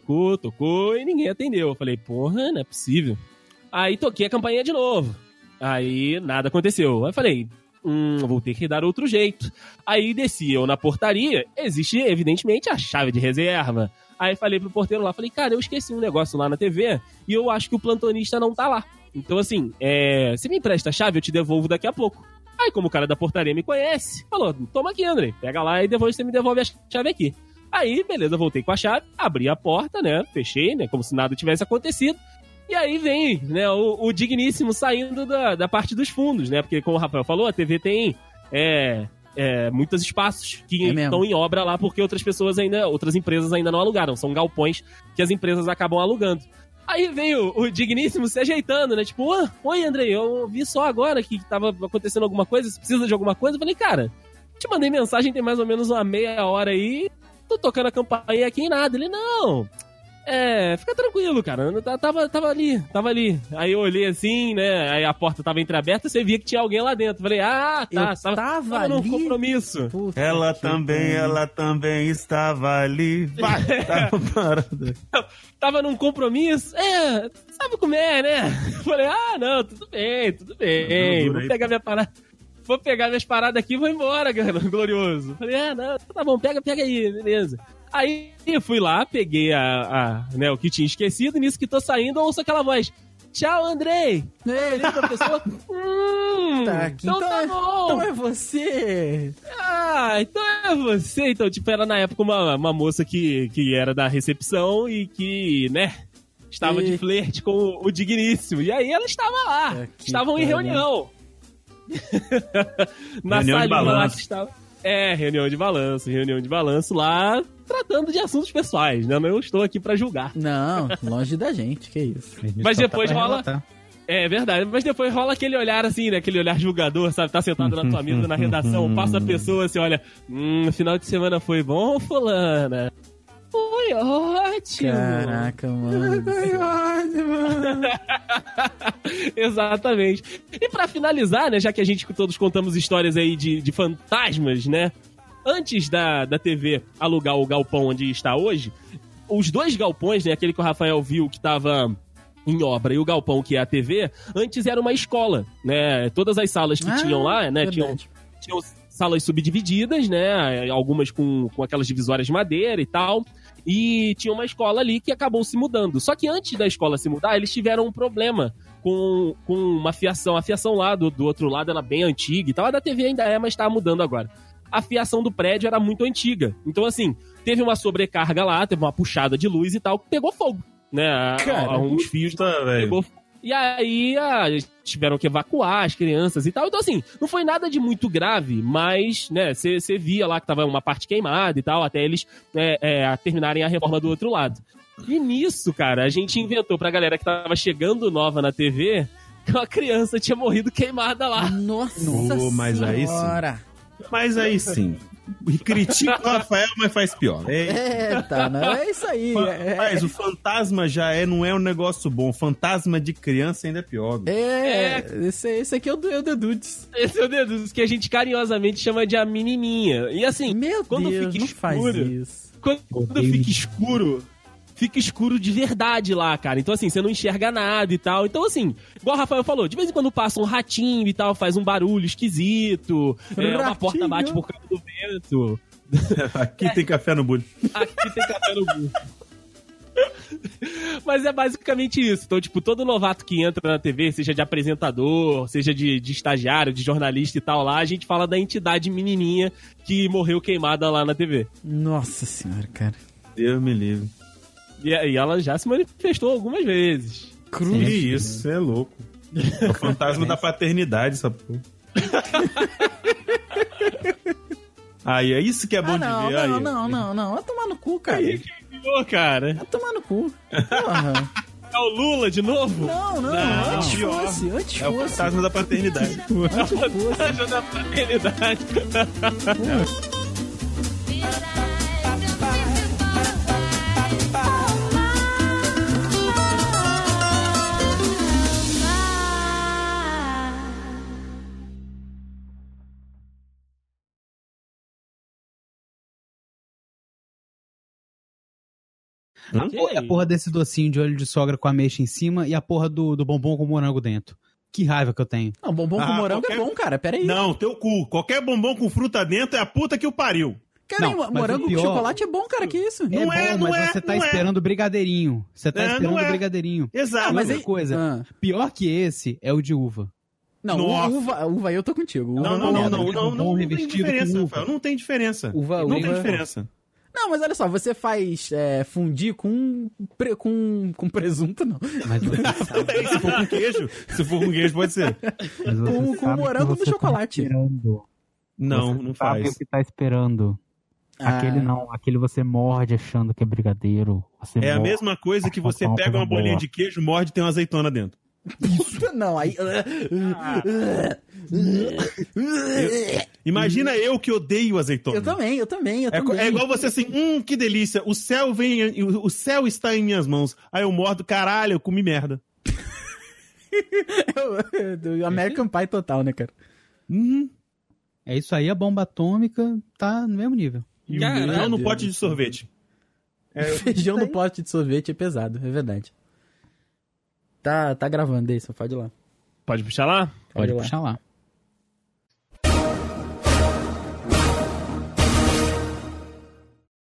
Speaker 5: e ninguém atendeu. Eu falei, porra, não é possível. Aí toquei a campainha de novo. Aí nada aconteceu. Aí falei, vou ter que dar outro jeito. Aí desci eu na portaria, existe evidentemente a chave de reserva. Aí falei pro porteiro lá, falei, cara, eu esqueci um negócio lá na TV e eu acho que o plantonista não tá lá. Então, assim, você me empresta a chave, eu te devolvo daqui a pouco. Aí, como o cara da portaria me conhece, falou, toma aqui, André, pega lá e você me devolve a chave aqui. Aí, beleza, voltei com a chave, abri a porta, né, fechei, né, como se nada tivesse acontecido. E aí vem, né, o digníssimo saindo da parte dos fundos, né, porque como o Rafael falou, a TV tem muitos espaços que estão em obra lá porque outras empresas ainda não alugaram, são galpões que as empresas acabam alugando. Aí veio o digníssimo se ajeitando, né, tipo, oi Andrei, eu vi só agora que tava acontecendo alguma coisa, você precisa de alguma coisa? Eu falei, cara, te mandei mensagem tem mais ou menos uma meia hora aí, tô tocando a campainha aqui e nada. Ele, não, fica tranquilo, cara, tava ali. Aí eu olhei assim, né, aí a porta tava entreaberta, você via que tinha alguém lá dentro. Falei, tava num compromisso.
Speaker 4: Puta, ela também estava ali. Vai, tava parada.
Speaker 5: Tava num compromisso? Sabe como é, né? Falei, não, tudo bem, vou pegar minha parada. Vou pegar minhas paradas aqui e vou embora, cara, glorioso. Falei, não, tá bom, pega aí, beleza. Aí eu fui lá, peguei né, o que tinha esquecido, e nisso que tô saindo, eu ouço aquela voz. Tchau, Andrei! Ei, professor. Então tá bom!
Speaker 2: Então é você!
Speaker 5: Então é você! Então, tipo, era na época uma moça que era da recepção e que, né, estava de flerte com o digníssimo. E aí ela estava lá. Estavam em reunião. Na
Speaker 4: reunião de balanço.
Speaker 5: Lá que estava. Reunião de balanço lá, tratando de assuntos pessoais, né? Eu estou aqui pra julgar.
Speaker 2: Não, longe da gente, que isso.
Speaker 5: Mas depois rola... É verdade, mas depois rola aquele olhar assim, né? Aquele olhar julgador, sabe? Tá sentado na tua mesa na redação, passa a pessoa assim, olha... final de semana foi bom, fulana? Foi ótimo!
Speaker 2: Caraca, mano.
Speaker 5: Foi ótimo! Exatamente. E pra finalizar, né? Já que a gente todos contamos histórias aí de fantasmas, né? Antes da TV alugar o galpão onde está hoje, os dois galpões, né? Aquele que o Rafael viu que tava em obra e o galpão que é a TV, antes era uma escola, né? Todas as salas que tinham lá, né? Tinham salas subdivididas, né? Algumas com aquelas divisórias de madeira e tal. E tinha uma escola ali que acabou se mudando. Só que antes da escola se mudar, eles tiveram um problema com uma fiação. A fiação lá do outro lado era bem antiga e tal. A da TV ainda mas tá mudando agora. A fiação do prédio era muito antiga. Então, assim, teve uma sobrecarga lá, teve uma puxada de luz e tal, que pegou fogo, né? Uns fios pegou fogo. E aí tiveram que evacuar as crianças e tal. Então, assim, não foi nada de muito grave, mas, né, você via lá que tava uma parte queimada e tal, até eles terminarem a reforma do outro lado. E nisso, cara, a gente inventou pra galera que tava chegando nova na TV que uma criança tinha morrido queimada lá.
Speaker 2: Nossa
Speaker 4: mas
Speaker 2: senhora!
Speaker 4: Aí sim. Mas aí sim. Critica o Rafael, mas faz pior.
Speaker 2: Não é isso aí.
Speaker 4: Mas o fantasma não é um negócio bom. Fantasma de criança ainda é pior.
Speaker 2: Esse aqui é o Dedudes.
Speaker 5: Esse é o Dedudes, que a gente carinhosamente chama de a menininha. E assim, quando fica escuro, quando fica escuro, fica escuro de verdade lá, cara. Então, assim, você não enxerga nada e tal. Então, assim, igual o Rafael falou, de vez em quando passa um ratinho e tal, faz um barulho esquisito. Uma porta bate por causa do vento.
Speaker 4: Aqui tem café no bulho.
Speaker 5: Aqui tem café no bulho. Mas é basicamente isso. Então, tipo, todo novato que entra na TV, seja de apresentador, seja de estagiário, de jornalista e tal lá, a gente fala da entidade menininha que morreu queimada lá na TV.
Speaker 2: Nossa senhora, cara.
Speaker 4: Deus me livre.
Speaker 5: E ela já se manifestou algumas vezes.
Speaker 4: Cruz. Isso, é louco. É o fantasma da paternidade, essa porra. Aí, é isso que é bom de ver.
Speaker 2: Não. Vai tomar no cu, cara.
Speaker 5: Aí que virou, cara.
Speaker 2: Vai tomar no cu. Porra.
Speaker 5: É o Lula de novo?
Speaker 2: Não. Antes fosse.
Speaker 4: É o fantasma da paternidade.
Speaker 5: É o fantasma da paternidade.
Speaker 3: A porra desse docinho de olho de sogra com ameixa em cima e a porra do bombom com morango dentro. Que raiva que eu tenho.
Speaker 2: Não, bombom com morango é bom, cara. Pera aí.
Speaker 4: Não, teu cu. Qualquer bombom com fruta dentro é a puta que o pariu.
Speaker 2: Cara, morango com chocolate é bom, cara. Que isso?
Speaker 3: Mas você tá esperando o brigadeirinho. Você tá esperando o brigadeirinho.
Speaker 4: Exato.
Speaker 3: Mas coisa. Pior que esse é o de uva.
Speaker 2: Não, uva eu tô contigo.
Speaker 4: Não tem diferença, Rafael. Não tem diferença.
Speaker 2: Uva.
Speaker 4: Não tem diferença.
Speaker 2: Não, mas olha só, você faz fundir com presunto, não.
Speaker 3: Mas você sabe,
Speaker 4: Se for com queijo, pode ser.
Speaker 3: mas você
Speaker 2: Com
Speaker 3: sabe
Speaker 2: morango
Speaker 3: que
Speaker 2: no
Speaker 3: você
Speaker 2: chocolate.
Speaker 3: Tá esperando.
Speaker 4: Não,
Speaker 3: Você
Speaker 4: não
Speaker 3: sabe
Speaker 4: faz.
Speaker 3: o que tá esperando. Aquele não, aquele você morde achando que é brigadeiro. Você
Speaker 4: É a
Speaker 3: morde.
Speaker 4: mesma coisa que você
Speaker 3: Uma
Speaker 4: pega uma
Speaker 3: coisa boa.
Speaker 4: bolinha de queijo, morde e tem uma azeitona dentro.
Speaker 2: Não, aí...
Speaker 4: Imagina eu que odeio azeitona.
Speaker 2: Eu também.
Speaker 4: É igual você assim, que delícia, o céu está em minhas mãos. Aí eu mordo, caralho, eu comi merda.
Speaker 2: American Pie total, né, cara?
Speaker 4: Uhum.
Speaker 3: É isso aí, a bomba atômica tá no mesmo nível.
Speaker 4: E
Speaker 5: Caralho.
Speaker 4: feijão no pote de sorvete.
Speaker 2: Feijão no pote de sorvete é pesado, é verdade. Tá gravando aí, só pode ir lá.
Speaker 5: Pode puxar lá?
Speaker 3: Pode
Speaker 2: ir lá.
Speaker 3: puxar lá.